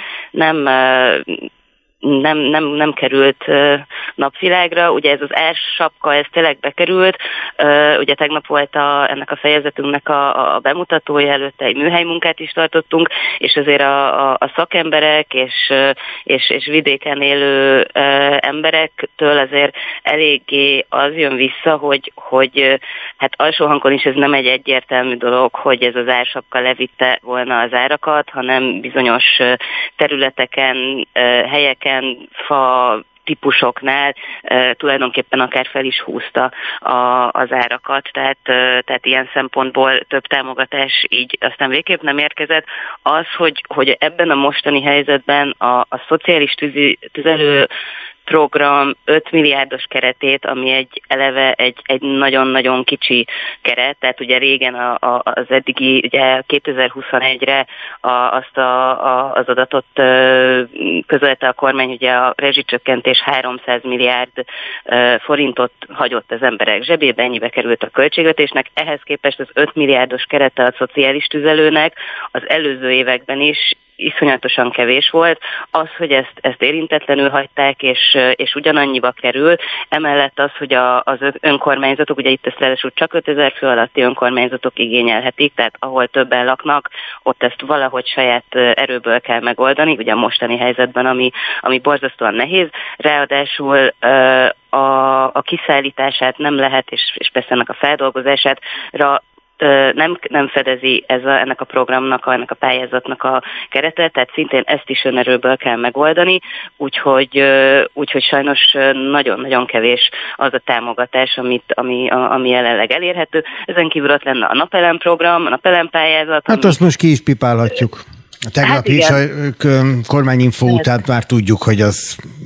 nem került napvilágra. Ugye ez az ársapka, ez tényleg bekerült. Ugye tegnap volt ennek a fejezetünknek a bemutatója, előtte egy műhelymunkát is tartottunk, és azért a szakemberek és vidéken élő emberektől azért eléggé az jön vissza, hogy hát alsó hangon is ez nem egy egyértelmű dolog, hogy ez az ársapka levitte volna az árakat, hanem bizonyos területeken, helyeken, fa típusoknál tulajdonképpen akár fel is húzta az árakat, tehát ilyen szempontból több támogatás így aztán végképp nem érkezett. Az, hogy ebben a mostani helyzetben a szociális tüzelő program 5 milliárdos keretét, ami eleve egy nagyon-nagyon kicsi keret, tehát ugye régen az eddigi, ugye 2021-re az adatot közölte a kormány, ugye a rezsicsökkentés 300 milliárd forintot hagyott az emberek zsebébe, ennyibe került a költségvetésnek, ehhez képest az 5 milliárdos kerete a szociális tüzelőnek az előző években is iszonyatosan kevés volt. Az, hogy ezt érintetlenül hagyták, és ugyanannyiba kerül, emellett az, hogy az önkormányzatok, ugye itt ezt ráadásul csak 5000 fő alatti önkormányzatok igényelhetik, tehát ahol többen laknak, ott ezt valahogy saját erőből kell megoldani, ugye a mostani helyzetben, ami borzasztóan nehéz. Ráadásul a kiszállítását nem lehet, és persze ennek a feldolgozására nem fedezi ennek a programnak, ennek a pályázatnak a kerete, tehát szintén ezt is önerőből kell megoldani, úgyhogy sajnos nagyon-nagyon kevés az a támogatás, ami jelenleg elérhető. Ezen kívül ott lenne a napelem program, a napelem pályázat. Hát azt most ki is pipálhatjuk. A tegnapi kormányinfó után már tudjuk, hogy az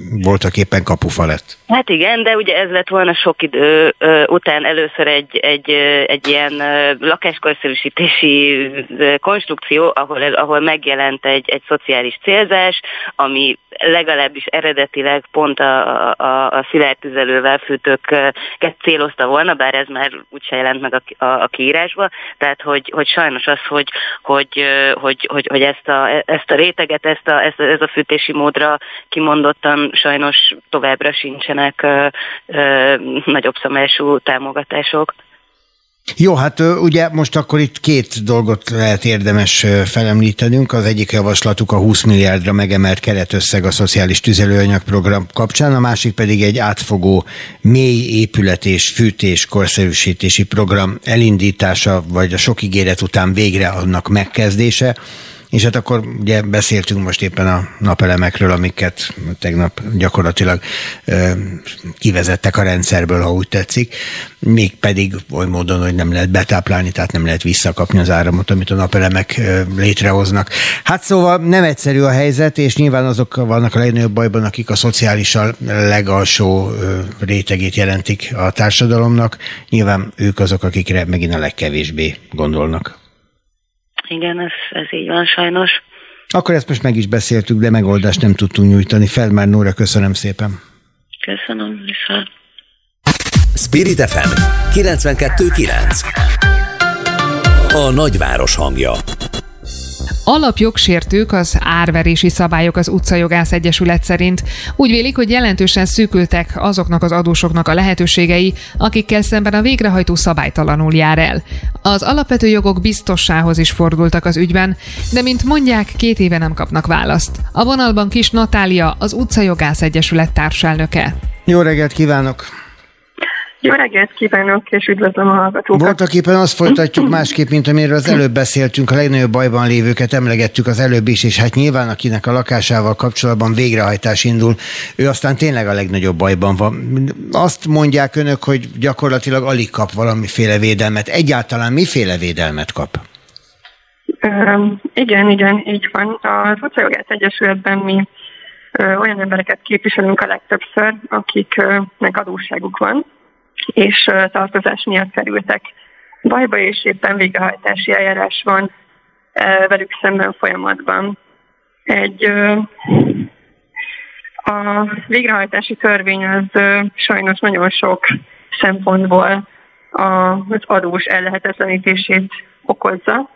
voltak éppen kapufa lett. Hát igen, de ugye ez lett volna sok idő után először egy ilyen lakáskorszerűsítési konstrukció, ahol megjelent egy szociális célzás, ami legalábbis eredetileg pont a szilárd tüzelővel fűtőket célozta volna, bár ez már úgyse jelent meg a kiírásba, tehát hogy sajnos az, hogy ezt a réteget, ez a fűtési módra kimondottan sajnos továbbra sincsenek nagyobb számú támogatások. Jó, hát ugye most akkor itt két dolgot lehet érdemes felemlítenünk. Az egyik javaslatuk a 20 milliárdra megemelt keretösszeg a szociális tüzelőanyagprogram kapcsán, a másik pedig egy átfogó mély épület és fűtés korszerűsítési program elindítása, vagy a sok ígéret után végre annak megkezdése. És hát akkor ugye beszéltünk most éppen a napelemekről, amiket tegnap gyakorlatilag kivezettek a rendszerből, ha úgy tetszik, mégpedig oly módon, hogy nem lehet betáplálni, tehát nem lehet visszakapni az áramot, amit a napelemek létrehoznak. Hát szóval nem egyszerű a helyzet, és nyilván azok vannak a legnagyobb bajban, akik a szociálisan legalsó rétegét jelentik a társadalomnak. Nyilván ők azok, akikre megint a legkevésbé gondolnak. Igen, ez így van sajnos. Akkor ezt most meg is beszéltük, de megoldást nem tudtunk nyújtani. Feldmár Nóra, köszönöm szépen. Köszönöm, viszont. Spirit FM 92.9. A nagyváros hangja. Alapjogsértők az árverési szabályok az Utcajogász Egyesület szerint. Úgy vélik, hogy jelentősen szűkültek azoknak az adósoknak a lehetőségei, akikkel szemben a végrehajtó szabálytalanul jár el. Az alapvető jogok biztossához is fordultak az ügyben, de mint mondják, 2 éve nem kapnak választ. A vonalban Kis Natália, az Utcajogász Egyesület társelnöke. Jó reggelt kívánok! Jó reggelt kívánok, és üdvözlöm a hallgatókat. Voltak éppen azt folytatjuk másképp, mint amiről az előbb beszéltünk, a legnagyobb bajban lévőket emlegettük az előbb is, és hát nyilván akinek a lakásával kapcsolatban végrehajtás indul, ő aztán tényleg a legnagyobb bajban van. Azt mondják önök, hogy gyakorlatilag alig kap valamiféle védelmet. Egyáltalán miféle védelmet kap? Igen, így van. Az Utcajogász Egyesületben mi olyan embereket képviselünk a legtöbbször, akiknek adósságuk van, és tartozás miatt kerültek bajba, és éppen végrehajtási eljárás van velük szemben folyamatban. A végrehajtási törvény az sajnos nagyon sok szempontból az adós ellehetetlenítését okozza,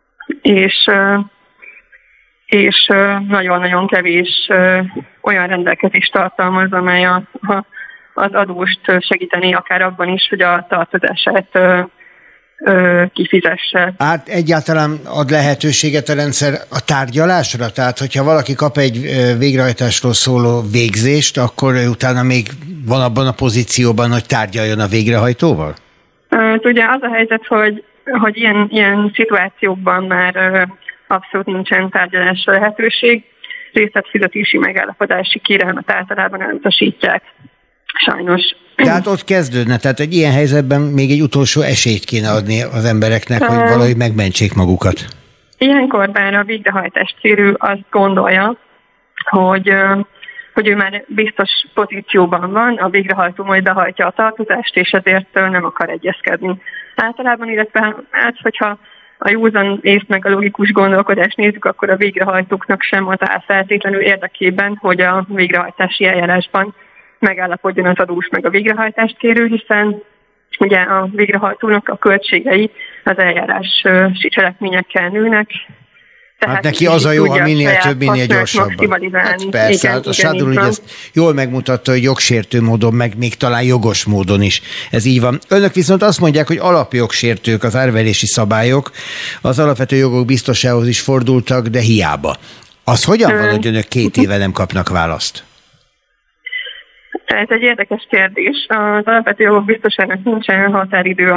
és nagyon-nagyon kevés olyan rendelkezést tartalmaz, amely az adóst segíteni akár abban is, hogy a tartozását kifizesse. Hát egyáltalán ad lehetőséget a rendszer a tárgyalásra? Tehát, hogyha valaki kap egy végrehajtásról szóló végzést, akkor utána még van abban a pozícióban, hogy tárgyaljon a végrehajtóval? Ugye az a helyzet, hogy ilyen szituációkban már abszolút nincsen tárgyalásra lehetőség. Részletfizetési megállapodási kérelmet általában elutasítják. Sajnos. Tehát ott kezdődne, tehát egy ilyen helyzetben még egy utolsó esélyt kéne adni az embereknek, hogy valahogy megmentsék magukat. Ilyenkor bár a végrehajtás célú azt gondolja, hogy ő már biztos pozícióban van, a végrehajtó majd behajtja a tartozást, és ezért nem akar egyezkedni. Általában, illetve hogyha a józan ész meg a logikus gondolkodást nézzük, akkor a végrehajtóknak sem az áll feltétlenül érdekében, hogy a végrehajtási eljárásban megállapodjon az adós meg a végrehajtást kérő, hiszen ugye a végrehajtónak a költségei az eljárási cselekményekkel nőnek. Hát neki az a jó, ha minél több, minél gyorsabban. Hát persze, igen, a Sádor ugye ezt jól megmutatta, hogy jogsértő módon, meg még talán jogos módon is. Ez így van. Önök viszont azt mondják, hogy alapjogsértők az árverési szabályok, az alapvető jogok biztosához is fordultak, de hiába. Az hogyan van, hogy önök 2 éve nem kapnak választ? Ez egy érdekes kérdés. Az alapvető jogok biztosának nincsen határidő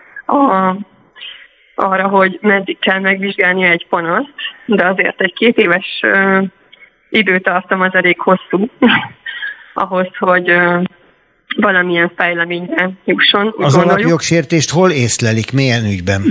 arra, hogy meddig kell megvizsgálnia egy panaszt, de azért egy 2 éves időtartam az elég hosszú ahhoz, hogy valamilyen fejleményre jusson. Az alapjogsértést hol észlelik, milyen ügyben?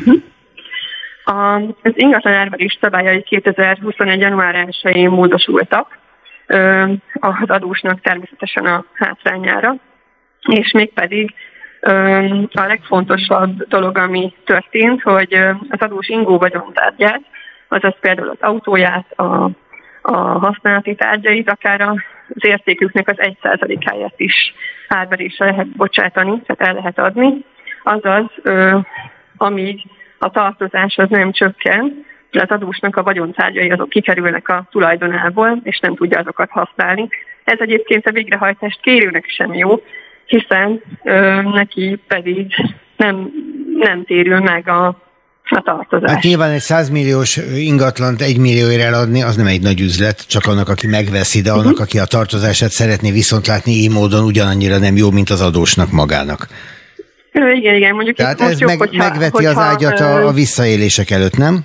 Az ingatlan árverés szabályai 2021. január 1-én módosultak, az adósnak természetesen a hátrányára, és mégpedig a legfontosabb dolog, ami történt, hogy az adós ingó vagyontárgyát, azaz például az autóját, a használati tárgyait, akár az értéküknek az 1%-áját is árverésre lehet bocsátani, tehát el lehet adni. Azaz, amíg a tartozás az nem csökken, az adósnak a vagyontárgyai azok kikerülnek a tulajdonából, és nem tudja azokat használni. Ez egyébként a végrehajtást kérőnek sem jó, hiszen neki pedig nem térül meg a tartozás. Hát nyilván egy 100 milliós ingatlant 1 millióért eladni, az nem egy nagy üzlet, csak annak, aki megveszi, de annak, aki a tartozását szeretné viszont látni, így módon ugyanannyira nem jó, mint az adósnak magának. Igen, mondjuk tehát ez megveti az ágyat a visszaélések előtt, nem?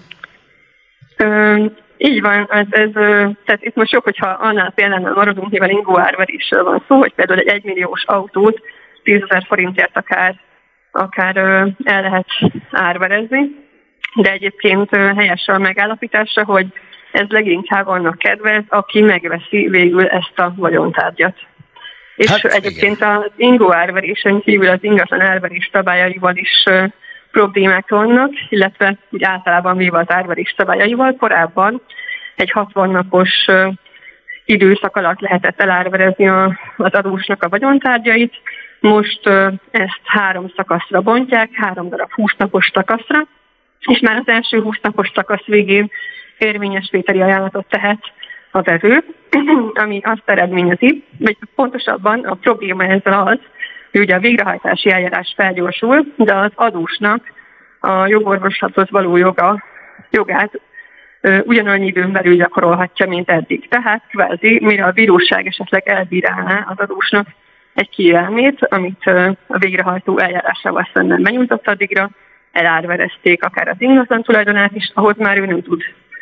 Így van, tehát itt most jobb, hogyha annál például maradunk, mivel ingóárverésről van szó, hogy például egy 1 milliós autót 10 000 forintért akár el lehet árverezni, de egyébként helyes a megállapításra, hogy ez leginkább annak kedvez, aki megveszi végül ezt a vagyontárgyat. És hát, egyébként igen. Az ingó árverésen kívül az ingatlan árverés szabályaival is problémák vannak, illetve úgy általában véve az árverés szabályaival. Korábban egy 60 napos időszak alatt lehetett elárverezni az adósnak a vagyontárgyait. Most ezt 3 szakaszra bontják, 3 darab 20 napos szakaszra, és már az első 20 napos szakasz végén érvényes vételi ajánlatot tehet a vevő, ami azt eredményezi, vagy pontosabban a probléma ezzel az, hogy ugye a végrehajtási eljárás felgyorsul, de az adósnak a jogorvoslathoz való jogát ugyanannyi időn belül gyakorolhatja, mint eddig. Tehát kvázi, mire a bíróság esetleg elbírálná az adósnak egy kérelmét, amit a végrehajtó eljárásával szemben benyújtott, addigra elárverezték akár az ingatlan tulajdonát is, ahhoz már ő nem tud.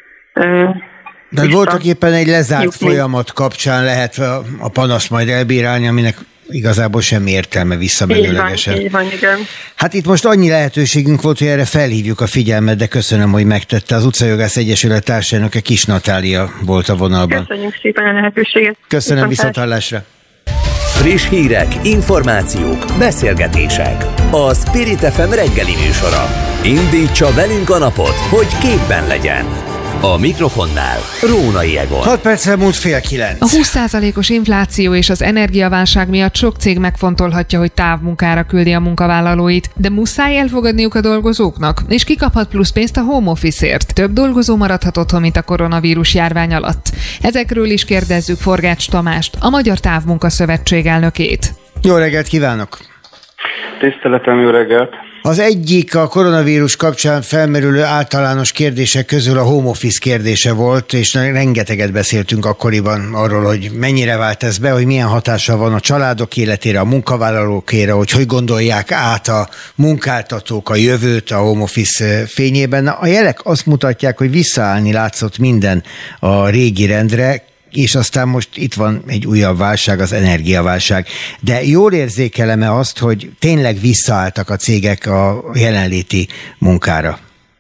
De voltak éppen egy lezárt folyamat kapcsán lehet a panaszt majd elbírálni, aminek igazából semmi értelme visszamenőlegesen. Így van, igen. Hát itt most annyi lehetőségünk volt, hogy erre felhívjuk a figyelmet, de köszönöm, hogy megtette. Az Utcajogász Egyesület társelnöke Kis Natália volt a vonalban. Köszönjük szépen a lehetőséget. Köszönöm, viszonthallásra. Friss hírek, információk, beszélgetések. A Spirit FM reggeli műsora. Indítsa velünk a napot, hogy képben legyen. A mikrofonnál Rónai Egon. 6 perccel múlt 8:30. A 20%-os infláció és az energiaválság miatt sok cég megfontolhatja, hogy távmunkára küldi a munkavállalóit, de muszáj elfogadniuk a dolgozóknak, és ki kaphat plusz pénzt a home office-ért. Több dolgozó maradhat otthon, mint a koronavírus járvány alatt. Ezekről is kérdezzük Forgács Tamást, a Magyar Távmunka Szövetség elnökét. Jó reggelt kívánok! Tiszteletem, jó reggelt! Az egyik a koronavírus kapcsán felmerülő általános kérdések közül a home office kérdése volt, és rengeteget beszéltünk akkoriban arról, hogy mennyire vált ez be, hogy milyen hatással van a családok életére, a munkavállalókére, hogy gondolják át a munkáltatók a jövőt a home office fényében. A jelek azt mutatják, hogy visszaállni látszott minden a régi rendre, és aztán most itt van egy újabb válság, az energiaválság. De jól érzékelem-e azt, hogy tényleg visszaálltak a cégek a jelenléti munkára?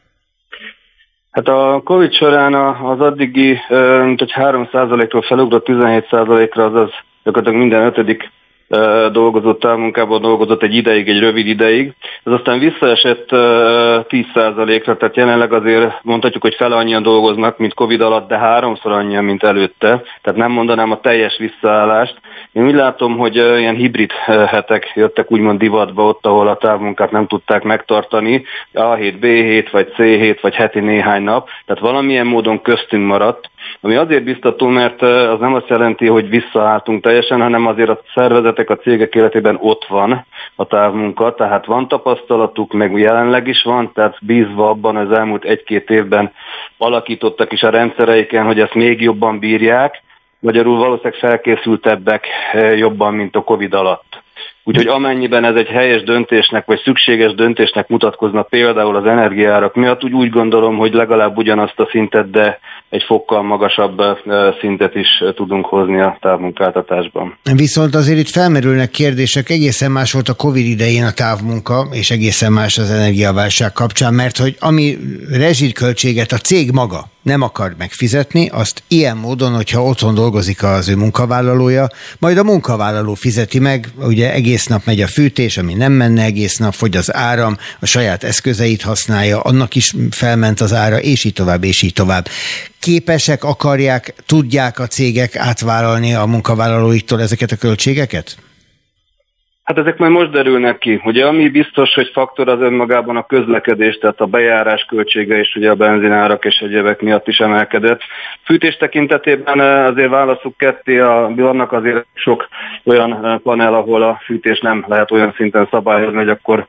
Hát a Covid során az addigi, hogy 3%-ról felugrott 17%-ra, azaz gyakorlatilag minden 5. dolgozott távmunkában dolgozott egy rövid ideig. Ez aztán visszaesett 10%-ra, tehát jelenleg azért mondhatjuk, hogy fele annyian dolgoznak, mint Covid alatt, de 3-szor annyian, mint előtte. Tehát nem mondanám a teljes visszaállást. Én úgy látom, hogy ilyen hibrid hetek jöttek úgymond divatba ott, ahol a távmunkát nem tudták megtartani. A7, B7, vagy C7, vagy heti néhány nap. Tehát valamilyen módon köztünk maradt. Ami azért biztató, mert az nem azt jelenti, hogy visszaálltunk teljesen, hanem azért a szervezetek, a cégek életében ott van a távmunka, tehát van tapasztalatuk, meg jelenleg is van, tehát bízva abban az elmúlt 1-2 évben alakítottak is a rendszereiken, hogy ezt még jobban bírják, magyarul valószínűleg felkészültebbek jobban, mint a Covid alatt. Úgyhogy amennyiben ez egy helyes döntésnek, vagy szükséges döntésnek mutatkozna például az energiaárak miatt, úgy gondolom, hogy legalább ugyanazt a szintet, de egy fokkal magasabb szintet is tudunk hozni a távmunkáltatásban. Viszont azért itt felmerülnek kérdések, egészen más volt a Covid idején a távmunka, és egészen más az energiaválság kapcsán, mert hogy ami rezsiköltséget a cég maga nem akar megfizetni, azt ilyen módon, hogyha otthon dolgozik az ő munkavállalója, majd a munkavállaló fizeti meg, ugye egész nap megy a fűtés, ami nem menne egész nap, fogy az áram, a saját eszközeit használja, annak is felment az ára, és így tovább, és így tovább. Képesek, akarják, tudják a cégek átvállalni a munkavállalóiktól ezeket a költségeket? Hát ezek majd most derülnek ki. Ugye ami biztos, hogy faktor az önmagában a közlekedés, tehát a bejárás költsége is ugye a benzinárak és egyebek miatt is emelkedett. Fűtés tekintetében azért válaszuk ketté, vannak azért sok olyan panel, ahol a fűtés nem lehet olyan szinten szabályozni, hogy akkor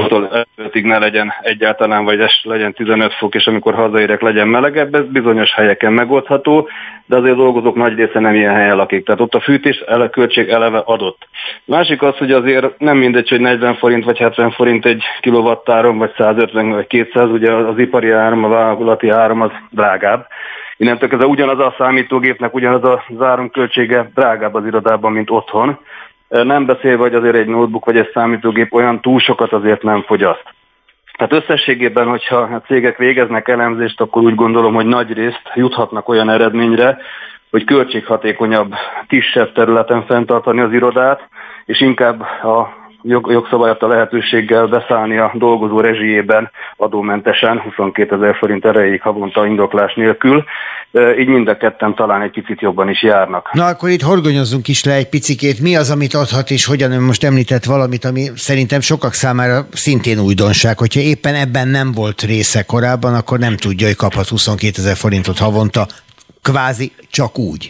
8-5-ig ne legyen egyáltalán, vagy legyen 15 fok, és amikor hazaérek legyen melegebb, ez bizonyos helyeken megoldható, de azért a dolgozók nagy része nem ilyen helyen lakik. Tehát ott a fűtés költség eleve adott. Másik az, hogy azért nem mindegy, hogy 40 forint vagy 70 forint egy kilowattáron, vagy 150 vagy 200, ugye az ipari áram, a vállalati áram az drágább. Innentől kezdve ugyanaz a számítógépnek, ugyanaz az áramköltsége drágább az irodában, mint otthon. Nem beszélve, hogy azért egy notebook vagy egy számítógép olyan túl sokat azért nem fogyaszt. Tehát összességében, hogyha a cégek végeznek elemzést, akkor úgy gondolom, hogy nagy részt juthatnak olyan eredményre, hogy költséghatékonyabb, kisebb területen fenntartani az irodát, és inkább a jogszabályt a lehetőséggel beszállni a dolgozó rezsijében adómentesen, 22 000 forint erejéig havonta indoklás nélkül. Így mind a ketten talán egy picit jobban is járnak. Na akkor itt horgonyozzunk is le egy picikét. Mi az, amit adhat, és hogyan? Ön most említett valamit, ami szerintem sokak számára szintén újdonság. Hogyha éppen ebben nem volt része korábban, akkor nem tudja, hogy kaphat 22 000 forintot havonta, kvázi csak úgy.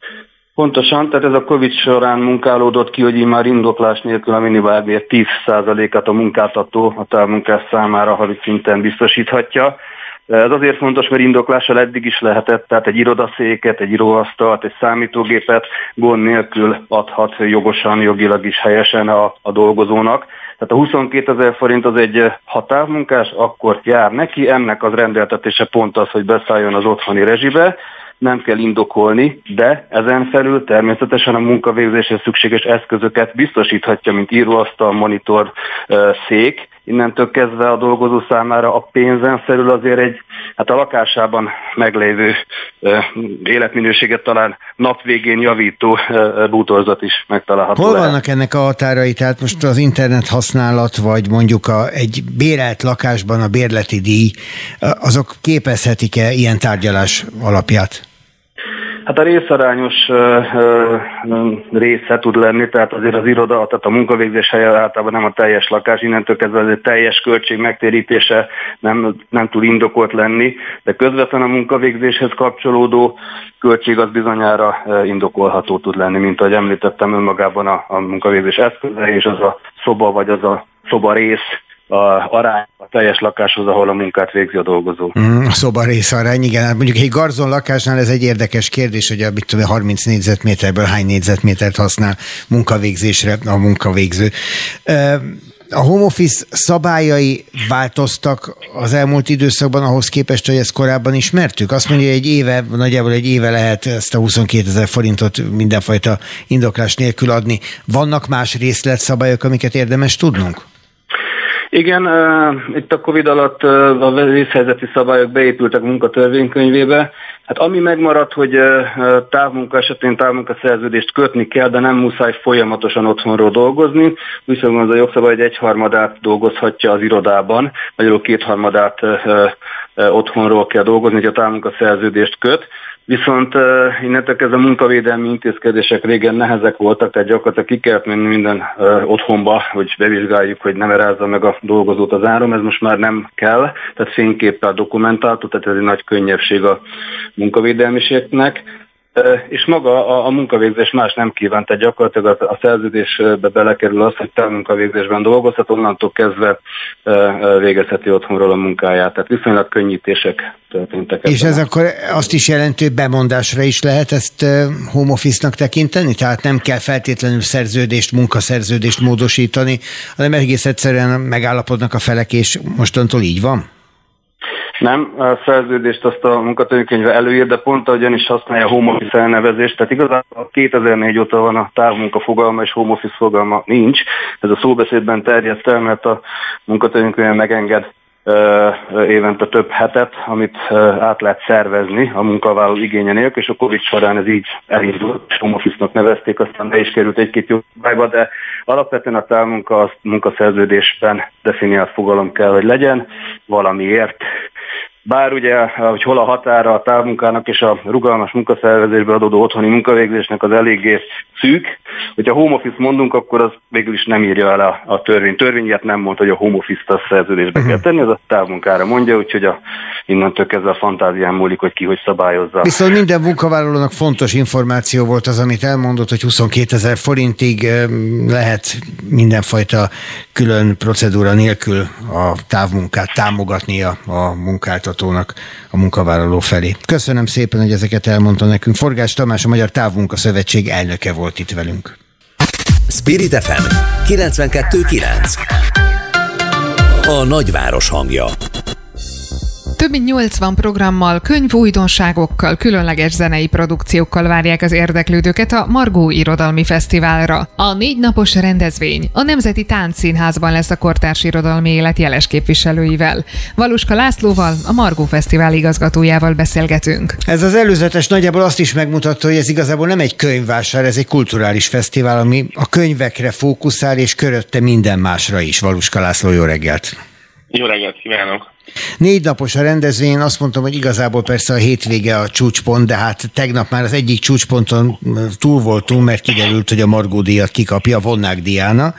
Pontosan, tehát ez a Covid során munkálódott ki, hogy már indoklás nélkül a minimálbér 10%-át a munkáltató a távmunkás számára havi szinten biztosíthatja. Ez azért fontos, mert indoklással eddig is lehetett, tehát egy irodaszéket, egy íróasztalt, egy számítógépet gond nélkül adhat jogosan, jogilag is helyesen a dolgozónak. Tehát a 22 000 forint az egy határmunkás, akkor jár neki, ennek az rendeltetése pont az, hogy beszálljon az otthoni rezsibe, nem kell indokolni, de ezen felül természetesen a munkavégzéshez szükséges eszközöket biztosíthatja, mint íróasztal, monitor, szék. Innentől kezdve a dolgozó számára a pénzen felül azért a lakásában meglévő életminőséget talán napvégén javító bútorzat is megtalálható. Hol vannak ennek a határai? Tehát most az internet használat, vagy mondjuk egy bérelt lakásban a bérleti díj, azok képezhetik-e ilyen tárgyalás alapját? Hát a részarányos része tud lenni, tehát azért az iroda, tehát a munkavégzés helye általában nem a teljes lakás, innentől kezdve az teljes költség megtérítése nem tud indokolt lenni, de közvetlenül a munkavégzéshez kapcsolódó költség az bizonyára indokolható tud lenni, mint ahogy említettem, önmagában a munkavégzés eszköze, és az a szoba vagy az a szoba rész, arány a teljes lakáshoz, ahol a munkát végzi a dolgozó. A szoba rész arány, igen. Hát mondjuk egy garzon lakásnál ez egy érdekes kérdés, hogy a 30 négyzetméterből hány négyzetmétert használ munkavégzésre a munkavégző. A home office szabályai változtak az elmúlt időszakban ahhoz képest, hogy ezt korábban ismertük? Azt mondja, hogy nagyjából egy éve lehet ezt a 22 000 forintot mindenfajta indoklás nélkül adni. Vannak más részletszabályok, amiket érdemes tudnunk? Igen, itt a Covid alatt a vészhelyzeti szabályok beépültek munkatörvénykönyvébe. Hát ami megmaradt, hogy távmunka esetén távmunkaszerződést kötni kell, de nem muszáj folyamatosan otthonról dolgozni. Viszont az a jogszabály, hogy 1/3 dolgozhatja az irodában, magyarul 2/3 otthonról kell dolgozni, hogy a távmunkaszerződést köt. Viszont innentől kezdve a munkavédelmi intézkedések régen nehezek voltak, tehát gyakorlatilag ki kellett menni minden otthonba, hogy bevizsgáljuk, hogy nem erázza meg a dolgozót az áram, ez most már nem kell, tehát fényképpel dokumentálható, tehát ez egy nagy könnyebbség a munkavédelmiségnek. És maga a munkavégzés más nem kívánt, tehát gyakorlatilag a szerződésbe belekerül az, hogy távmunkavégzésben dolgozhat, onnantól kezdve végezheti otthonról a munkáját. Tehát viszonylag könnyítések történtek. És ez akkor azt is jelenti, hogy bemondásra is lehet ezt home office-nak tekinteni? Tehát nem kell feltétlenül munkaszerződést módosítani, hanem egész egyszerűen megállapodnak a felek, és mostantól így van? Nem, a szerződést azt a munkatörvénykönyve előír, de pont ahogyan is használja a home office elnevezést, tehát igazából 2004 óta van a távmunka fogalma és home office fogalma nincs. Ez a szóbeszédben terjedt el, mert a munkatörvénykönyve megenged évente több hetet, amit át lehet szervezni a munkavállaló igénye nélkül, és a Covid során ez így elindult, home office-nak nevezték, aztán be is került egy-két jogszabályba, de alapvetően a távmunka az munkaszerződésben definiált fogalom kell, hogy legyen valamiért. Bár ugye, hogy hol a határa a távmunkának és a rugalmas munkaszervezésből adódó otthoni munkavégzésnek az eléggé szűk. Hogyha home office mondunk, akkor az végül is nem írja el a törvény. Törvényiért nem mond, hogy a home office-t a szerződésbe kell tenni, az a távmunkára mondja, úgyhogy innentől kezdve a fantázián múlik, hogy ki hogy szabályozza. Viszont minden munkavállalónak fontos információ volt az, amit elmondott, hogy 22 000 forintig lehet mindenfajta külön procedúra nélkül a távmunkát támogatnia a munkáltatónak a munkavállaló felé. Köszönöm szépen, hogy ezeket elmondta nekünk. Forgács Tamás, a Magyar Távmunka Szövetség elnöke volt itt velünk. Spirit FM 92.9. A nagyváros hangja. Több mint 80 programmal, könyvújdonságokkal, különleges zenei produkciókkal várják az érdeklődőket a Margó Irodalmi Fesztiválra. A 4 napos rendezvény a Nemzeti Táncszínházban lesz a kortárs irodalmi élet jeles képviselőivel. Valuska Lászlóval, a Margó Fesztivál igazgatójával beszélgetünk. Ez az előzetes nagyjából azt is megmutatta, hogy ez igazából nem egy könyvvásár, ez egy kulturális fesztivál, ami a könyvekre fókuszál, és körötte minden másra is. Valuska László, jó reggelt! Jó reggelt kívánok! 4 napos a rendezvény, azt mondtam, hogy igazából persze a hétvége a csúcspont, de hát tegnap már az egyik csúcsponton túl voltunk, mert kiderült, hogy a Margó díjat kikapja Vonnák Diana.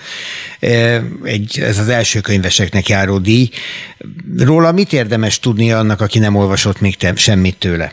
Ez az első könyveseknek járó díj. Róla mit érdemes tudnia annak, aki nem olvasott még semmit tőle?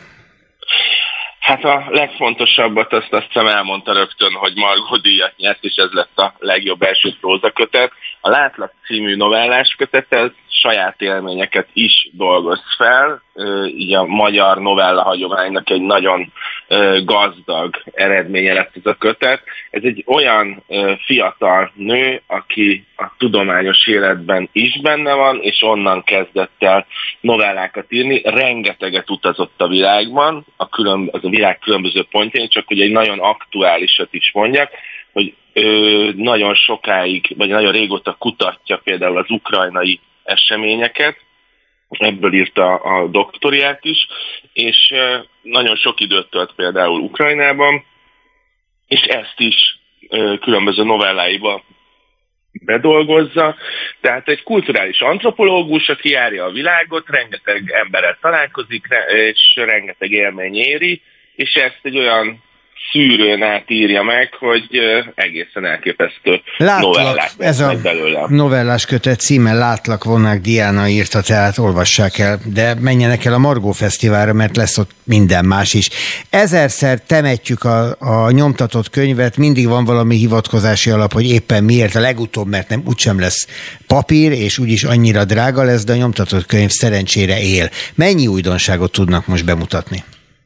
Hát a legfontosabbat azt hiszem elmondta rögtön, hogy Margó díjat nyert, és ez lett a legjobb első prózakötet. A Látlak című novellás kötetet saját élményeket is dolgoz fel, így a magyar novella hagyománynak egy nagyon gazdag eredménye lett ez a kötet. Ez egy olyan fiatal nő, aki a tudományos életben is benne van, és onnan kezdett el novellákat írni. Rengeteget utazott a világban, az a világ különböző pontjain, csak hogy egy nagyon aktuálisat is mondjak, hogy nagyon sokáig, vagy nagyon régóta kutatja például az ukrajnai eseményeket, ebből írta a doktoriát is, és nagyon sok időt tölt például Ukrajnában, és ezt is különböző novelláiba bedolgozza. Tehát egy kulturális antropológus, aki járja a világot, rengeteg emberrel találkozik, és rengeteg élmény éri, és ezt egy olyan szűrőn átírja meg, hogy egészen elképesztő novellák ez a belőle. Novellás kötet címe Látlak, Vonnák Diana írta, tehát olvassák el, de menjenek el a Margó Fesztiválra, mert lesz ott minden más is. Ezerszer temetjük a nyomtatott könyvet, mindig van valami hivatkozási alap, hogy éppen miért, a legutóbb, mert nem úgysem lesz papír, és úgyis annyira drága lesz, de a nyomtatott könyv szerencsére él. Mennyi újdonságot tudnak most bemutatni?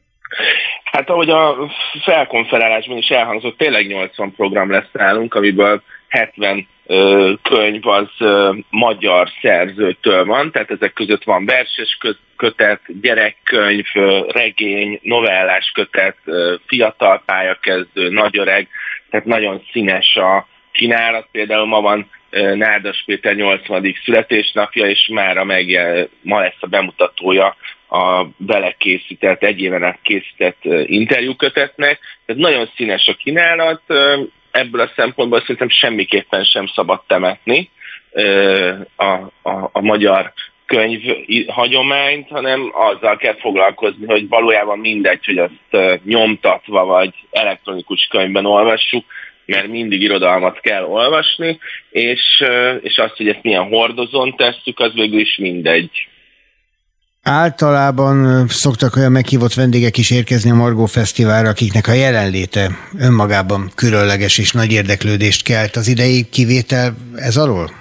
Hát ahogy a felkonferálásban is elhangzott, tényleg 80 program lesz nálunk, amiből 70 könyv az magyar szerzőtől van, tehát ezek között van verses kötet, gyerekkönyv, regény, novellás kötet, fiatal pályakezdő, nagyöreg, tehát nagyon színes a kínálat. Például ma van Nádas Péter 80. születésnapja, és ma lesz a bemutatója a vele készített, egy éven át készített interjúkötetnek. Tehát nagyon színes a kínálat, ebből a szempontból szerintem semmiképpen sem szabad temetni a magyar könyv hagyományt, hanem azzal kell foglalkozni, hogy valójában mindegy, hogy azt nyomtatva vagy elektronikus könyvben olvassuk, mert mindig irodalmat kell olvasni, és azt, hogy ezt milyen hordozón tesszük, az végül is mindegy. Általában szoktak olyan meghívott vendégek is érkezni a Margó Fesztiválra, akiknek a jelenléte önmagában különleges és nagy érdeklődést kelt. Az idei kivétel ez alól?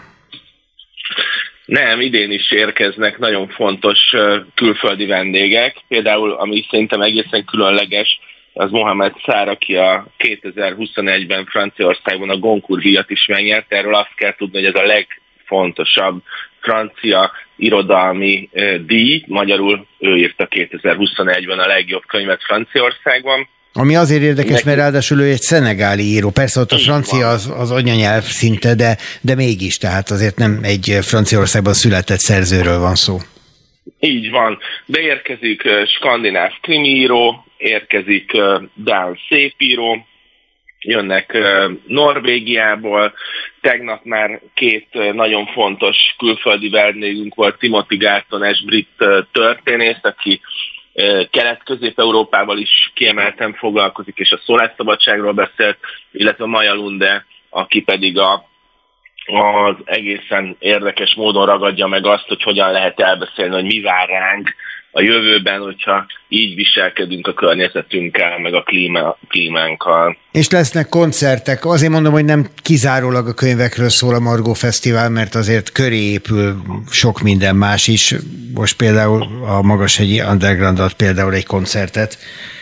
Nem, idén is érkeznek nagyon fontos külföldi vendégek. Például, ami szerintem egészen különleges, az Mohamed Szár, aki a 2021-ben Franciaországban a Goncourt-díjat is megnyerte. Erről azt kell tudni, hogy ez a legfontosabb francia irodalmi díj, magyarul ő írta 2021-ben a legjobb könyvet Franciaországban, Ami azért érdekes, mert ráadásul ő egy szenegáli író. Persze ott a francia az anyanyelv szinte, de mégis, tehát azért nem egy Franciaországban született szerzőről van szó. Így van. Beérkezik skandináv krimiíró, érkezik dán szépíró, jönnek Norvégiából. Tegnap már 2 nagyon fontos külföldi vendégünk volt, Timothy Garton, brit történész, aki Kelet-Közép-Európával is kiemelten foglalkozik, és a szólásszabadságról beszélt, illetve Maja Lunde, aki pedig az egészen érdekes módon ragadja meg azt, hogy hogyan lehet elbeszélni, hogy mi vár ránk a jövőben, hogyha így viselkedünk a környezetünkkel, meg a klímánkkal. És lesznek koncertek. Azért mondom, hogy nem kizárólag a könyvekről szól a Margó Fesztivál, mert azért köré épül sok minden más is. Most például a Magashegyi Underground ad például egy koncertet.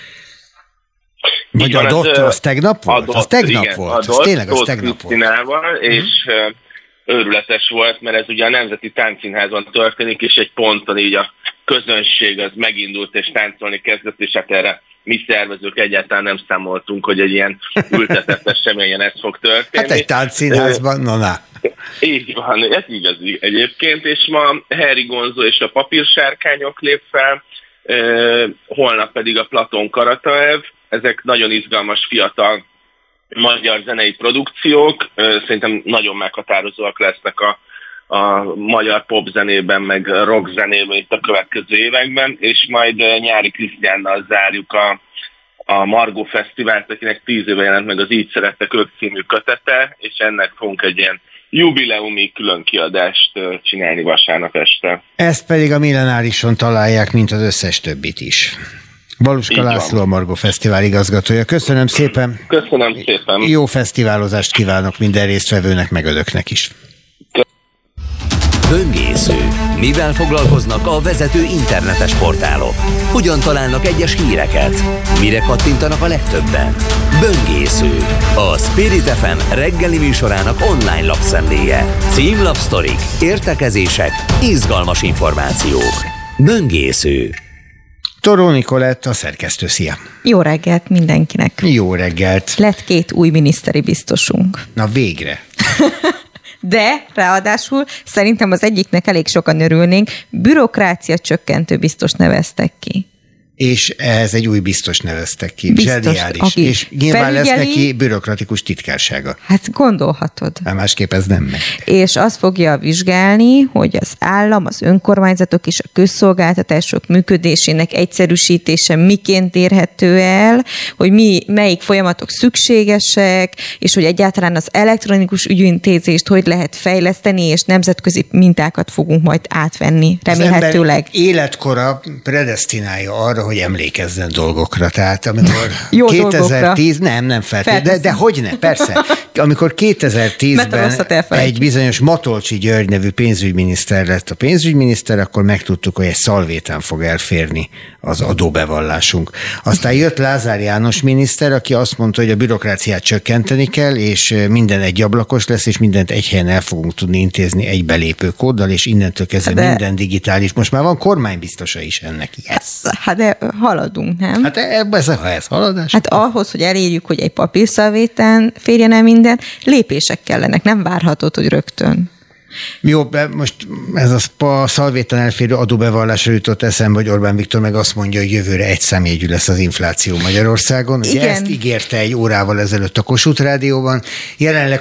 Vagy adott, az tegnap volt? Az tegnap volt. Az tényleg az tegnap volt. És őrületes volt, mert ez ugye a Nemzeti Táncszínházban történik, és egy ponton így a közönség az megindult és táncolni kezdett, és hát erre mi szervezők egyáltalán nem számoltunk, hogy egy ilyen ültetett eseményen ez fog történni. Hát egy táncszínházban, na. Így van, ez igaz egyébként, és ma Harry Gonzo és a Papírsárkányok lép fel, holnap pedig a Platon Karataev. Ezek nagyon izgalmas, fiatal magyar zenei produkciók, szerintem nagyon meghatározóak lesznek a magyar popzenében, meg rockzenében itt a következő években, és majd Nyári Krisztiánnal zárjuk a Margó Fesztivált, akinek 10 éve jelent meg az Így szerettek ők című kötete, és ennek fogunk egy ilyen jubileumi külön kiadást csinálni vasárnap este. Ezt pedig a Millenárison találják, mint az összes többit is. Baluska László, a Margó Fesztivál igazgatója. Köszönöm szépen. Köszönöm szépen. Jó fesztiválozást kívánok minden résztvevőnek, meg önöknek is. Böngésző. Mivel foglalkoznak a vezető internetes portálok? Hogyan találnak egyes híreket? Mire kattintanak a legtöbben? Böngésző. A Spirit FM reggeli műsorának online lapszemléje. Címlapsztorik, értekezések, izgalmas információk. Böngésző. Toró Nikolett, a szerkesztő, szia! Jó reggelt mindenkinek! Jó reggelt! Lett 2 új miniszteri biztosunk. Na végre! De ráadásul szerintem az egyiknek elég sokan örülnénk, bürokrácia csökkentő biztos neveztek ki. És ehhez egy új biztos neveztek ki, zseniális. És nyilván lesz neki bürokratikus titkársága. Hát gondolhatod. Hát másképp ez nem megy. És azt fogja vizsgálni, hogy az állam, az önkormányzatok és a közszolgáltatások működésének egyszerűsítése miként érhető el, hogy melyik folyamatok szükségesek, és hogy egyáltalán az elektronikus ügyintézést hogy lehet fejleszteni, és nemzetközi mintákat fogunk majd átvenni, remélhetőleg. Az ember életkora predesztinálja arra, hogy emlékezzen dolgokra. Tehát amikor jó 2010, nem feltétlenül, de hogy ne, persze. Amikor 2010-ben egy bizonyos Matolcsi György nevű pénzügyminiszter lett a pénzügyminiszter, akkor megtudtuk, hogy egy szalvétán fog elférni az adóbevallásunk. Aztán jött Lázár János miniszter, aki azt mondta, hogy a bürokráciát csökkenteni kell, és minden egyablakos lesz, és mindent egy helyen el fogunk tudni intézni egy belépő kóddal, és innentől kezdve minden digitális. Most már van kormánybiztosa is ennek. Yes. Hát de haladunk, nem? Hát ez haladás. Hát ahhoz, hogy elérjük, hogy egy papírszalvétán férjen el minden, lépések kellenek, nem várhatod, hogy rögtön. Jó, most ez a szalvétán elférő adóbevallásra jutott eszembe, hogy Orbán Viktor meg azt mondja, hogy jövőre egy számjegyű lesz az infláció Magyarországon. Ugye ezt ígérte egy órával ezelőtt a Kossuth Rádióban. Jelenleg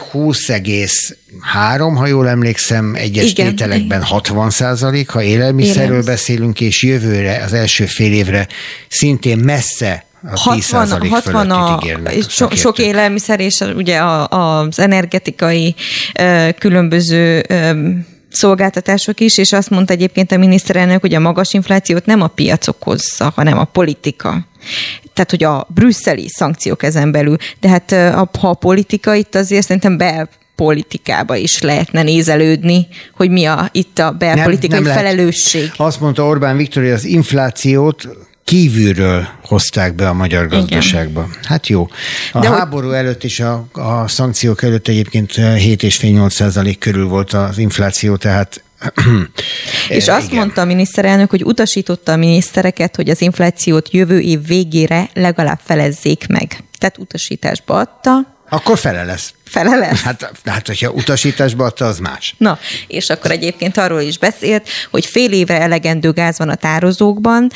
20,3, ha jól emlékszem, egyes tételekben 60%, ha élelmiszerről beszélünk, és jövőre, az első fél évre szintén messze a 60 sok élelmiszer, és ugye az energetikai különböző szolgáltatások is, és azt mondta egyébként a miniszterelnök, hogy a magas inflációt nem a piac okozza, hanem a politika. Tehát, hogy a brüsszeli szankciók ezen belül. De hát ha a politika itt azért szerintem belpolitikába is lehetne nézelődni, hogy mi itt a belpolitikai felelősség. Azt mondta Orbán Viktor, hogy az inflációt kívülről hozták be a magyar gazdaságba. Igen. Hát jó. A háború előtt és a szankciók előtt egyébként 7,5-8% körül volt az infláció, tehát és azt mondta a miniszterelnök, hogy utasította a minisztereket, hogy az inflációt jövő év végére legalább felezzék meg. Tehát utasításba adta. Akkor fele lesz. Fele lesz? Hát, hogyha utasításba adta, az más. Na, és akkor egyébként arról is beszélt, hogy fél évre elegendő gáz van a tározókban,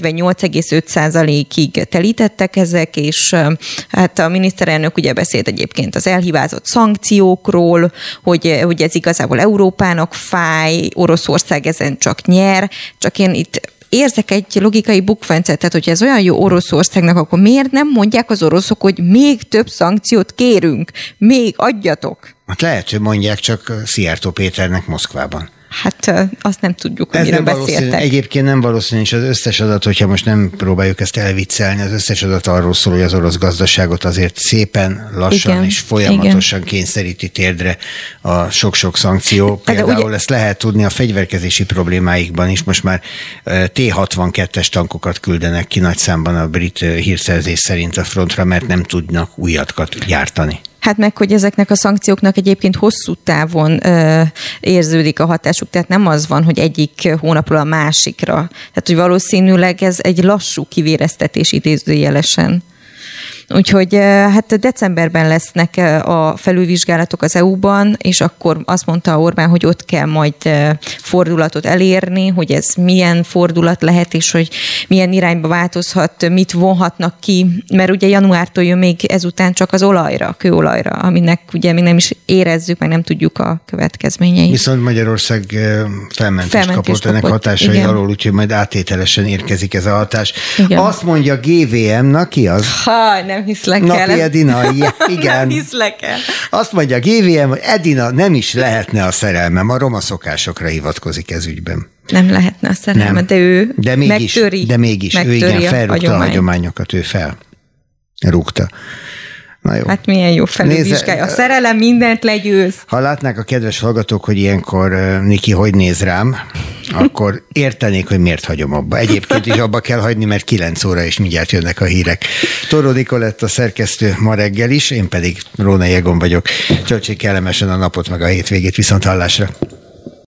48,5%-ig telítettek ezek, és hát a miniszterelnök ugye beszélt egyébként az elhibázott szankciókról, hogy ez igazából Európának fáj, Oroszország ezen csak nyer, csak én itt érzek egy logikai bukfencet, tehát hogyha ez olyan jó Oroszországnak, akkor miért nem mondják az oroszok, hogy még több szankciót kérünk, még adjatok? Hát lehet, hogy mondják csak Szijjártó Péternek Moszkvában. Hát azt nem tudjuk, hogy miről beszéltek. Egyébként nem valószínű, és az összes adat, hogyha most nem próbáljuk ezt elviccelni, az összes adat arról szól, hogy az orosz gazdaságot azért szépen, lassan és folyamatosan kényszeríti térdre a sok-sok szankció. Például ugye ezt lehet tudni a fegyverkezési problémáikban is. Most már T-62-es tankokat küldenek ki nagy számban a brit hírszerzés szerint a frontra, mert nem tudnak újatkat gyártani. Hát meg, hogy ezeknek a szankcióknak egyébként hosszú távon érződik a hatásuk, tehát nem az van, hogy egyik hónapról a másikra. Tehát, hogy valószínűleg ez egy lassú kivéreztetés idézőjelesen. Úgyhogy hát decemberben lesznek a felülvizsgálatok az EU-ban, és akkor azt mondta Orbán, hogy ott kell majd fordulatot elérni, hogy ez milyen fordulat lehet, és hogy milyen irányba változhat, mit vonhatnak ki, mert ugye januártól jön még ezután csak az olajra, a kőolajra, aminek ugye még nem is érezzük, meg nem tudjuk a következményeit. Viszont Magyarország felmentést kapott ennek hatásai alól, úgyhogy majd áttételesen érkezik ez a hatás. Igen. Azt mondja GVM, na ki az? Nem hiszlek el. Napi Edina, igen. Nem hiszlek el. Azt mondja GVM, hogy Edina nem is lehetne a szerelmem, a roma szokásokra hivatkozik ez ügyben. Nem lehetne a szerelme, de ő megtöri. De mégis, ő igen, felrúgta a hagyományokat, ő felrúgta. Na jó. Hát milyen jó felülvizsgálja. A szerelem mindent legyőz. Ha látnák a kedves hallgatók, hogy ilyenkor Niki hogy néz rám, akkor értenék, hogy miért hagyom abba. Egyébként is abba kell hagyni, mert 9 óra és mindjárt jönnek a hírek. Toró Nikolett a szerkesztő ma reggel is, én pedig Rónai Egon vagyok. Töltsék kellemesen a napot, meg a hétvégét, viszont hallásra.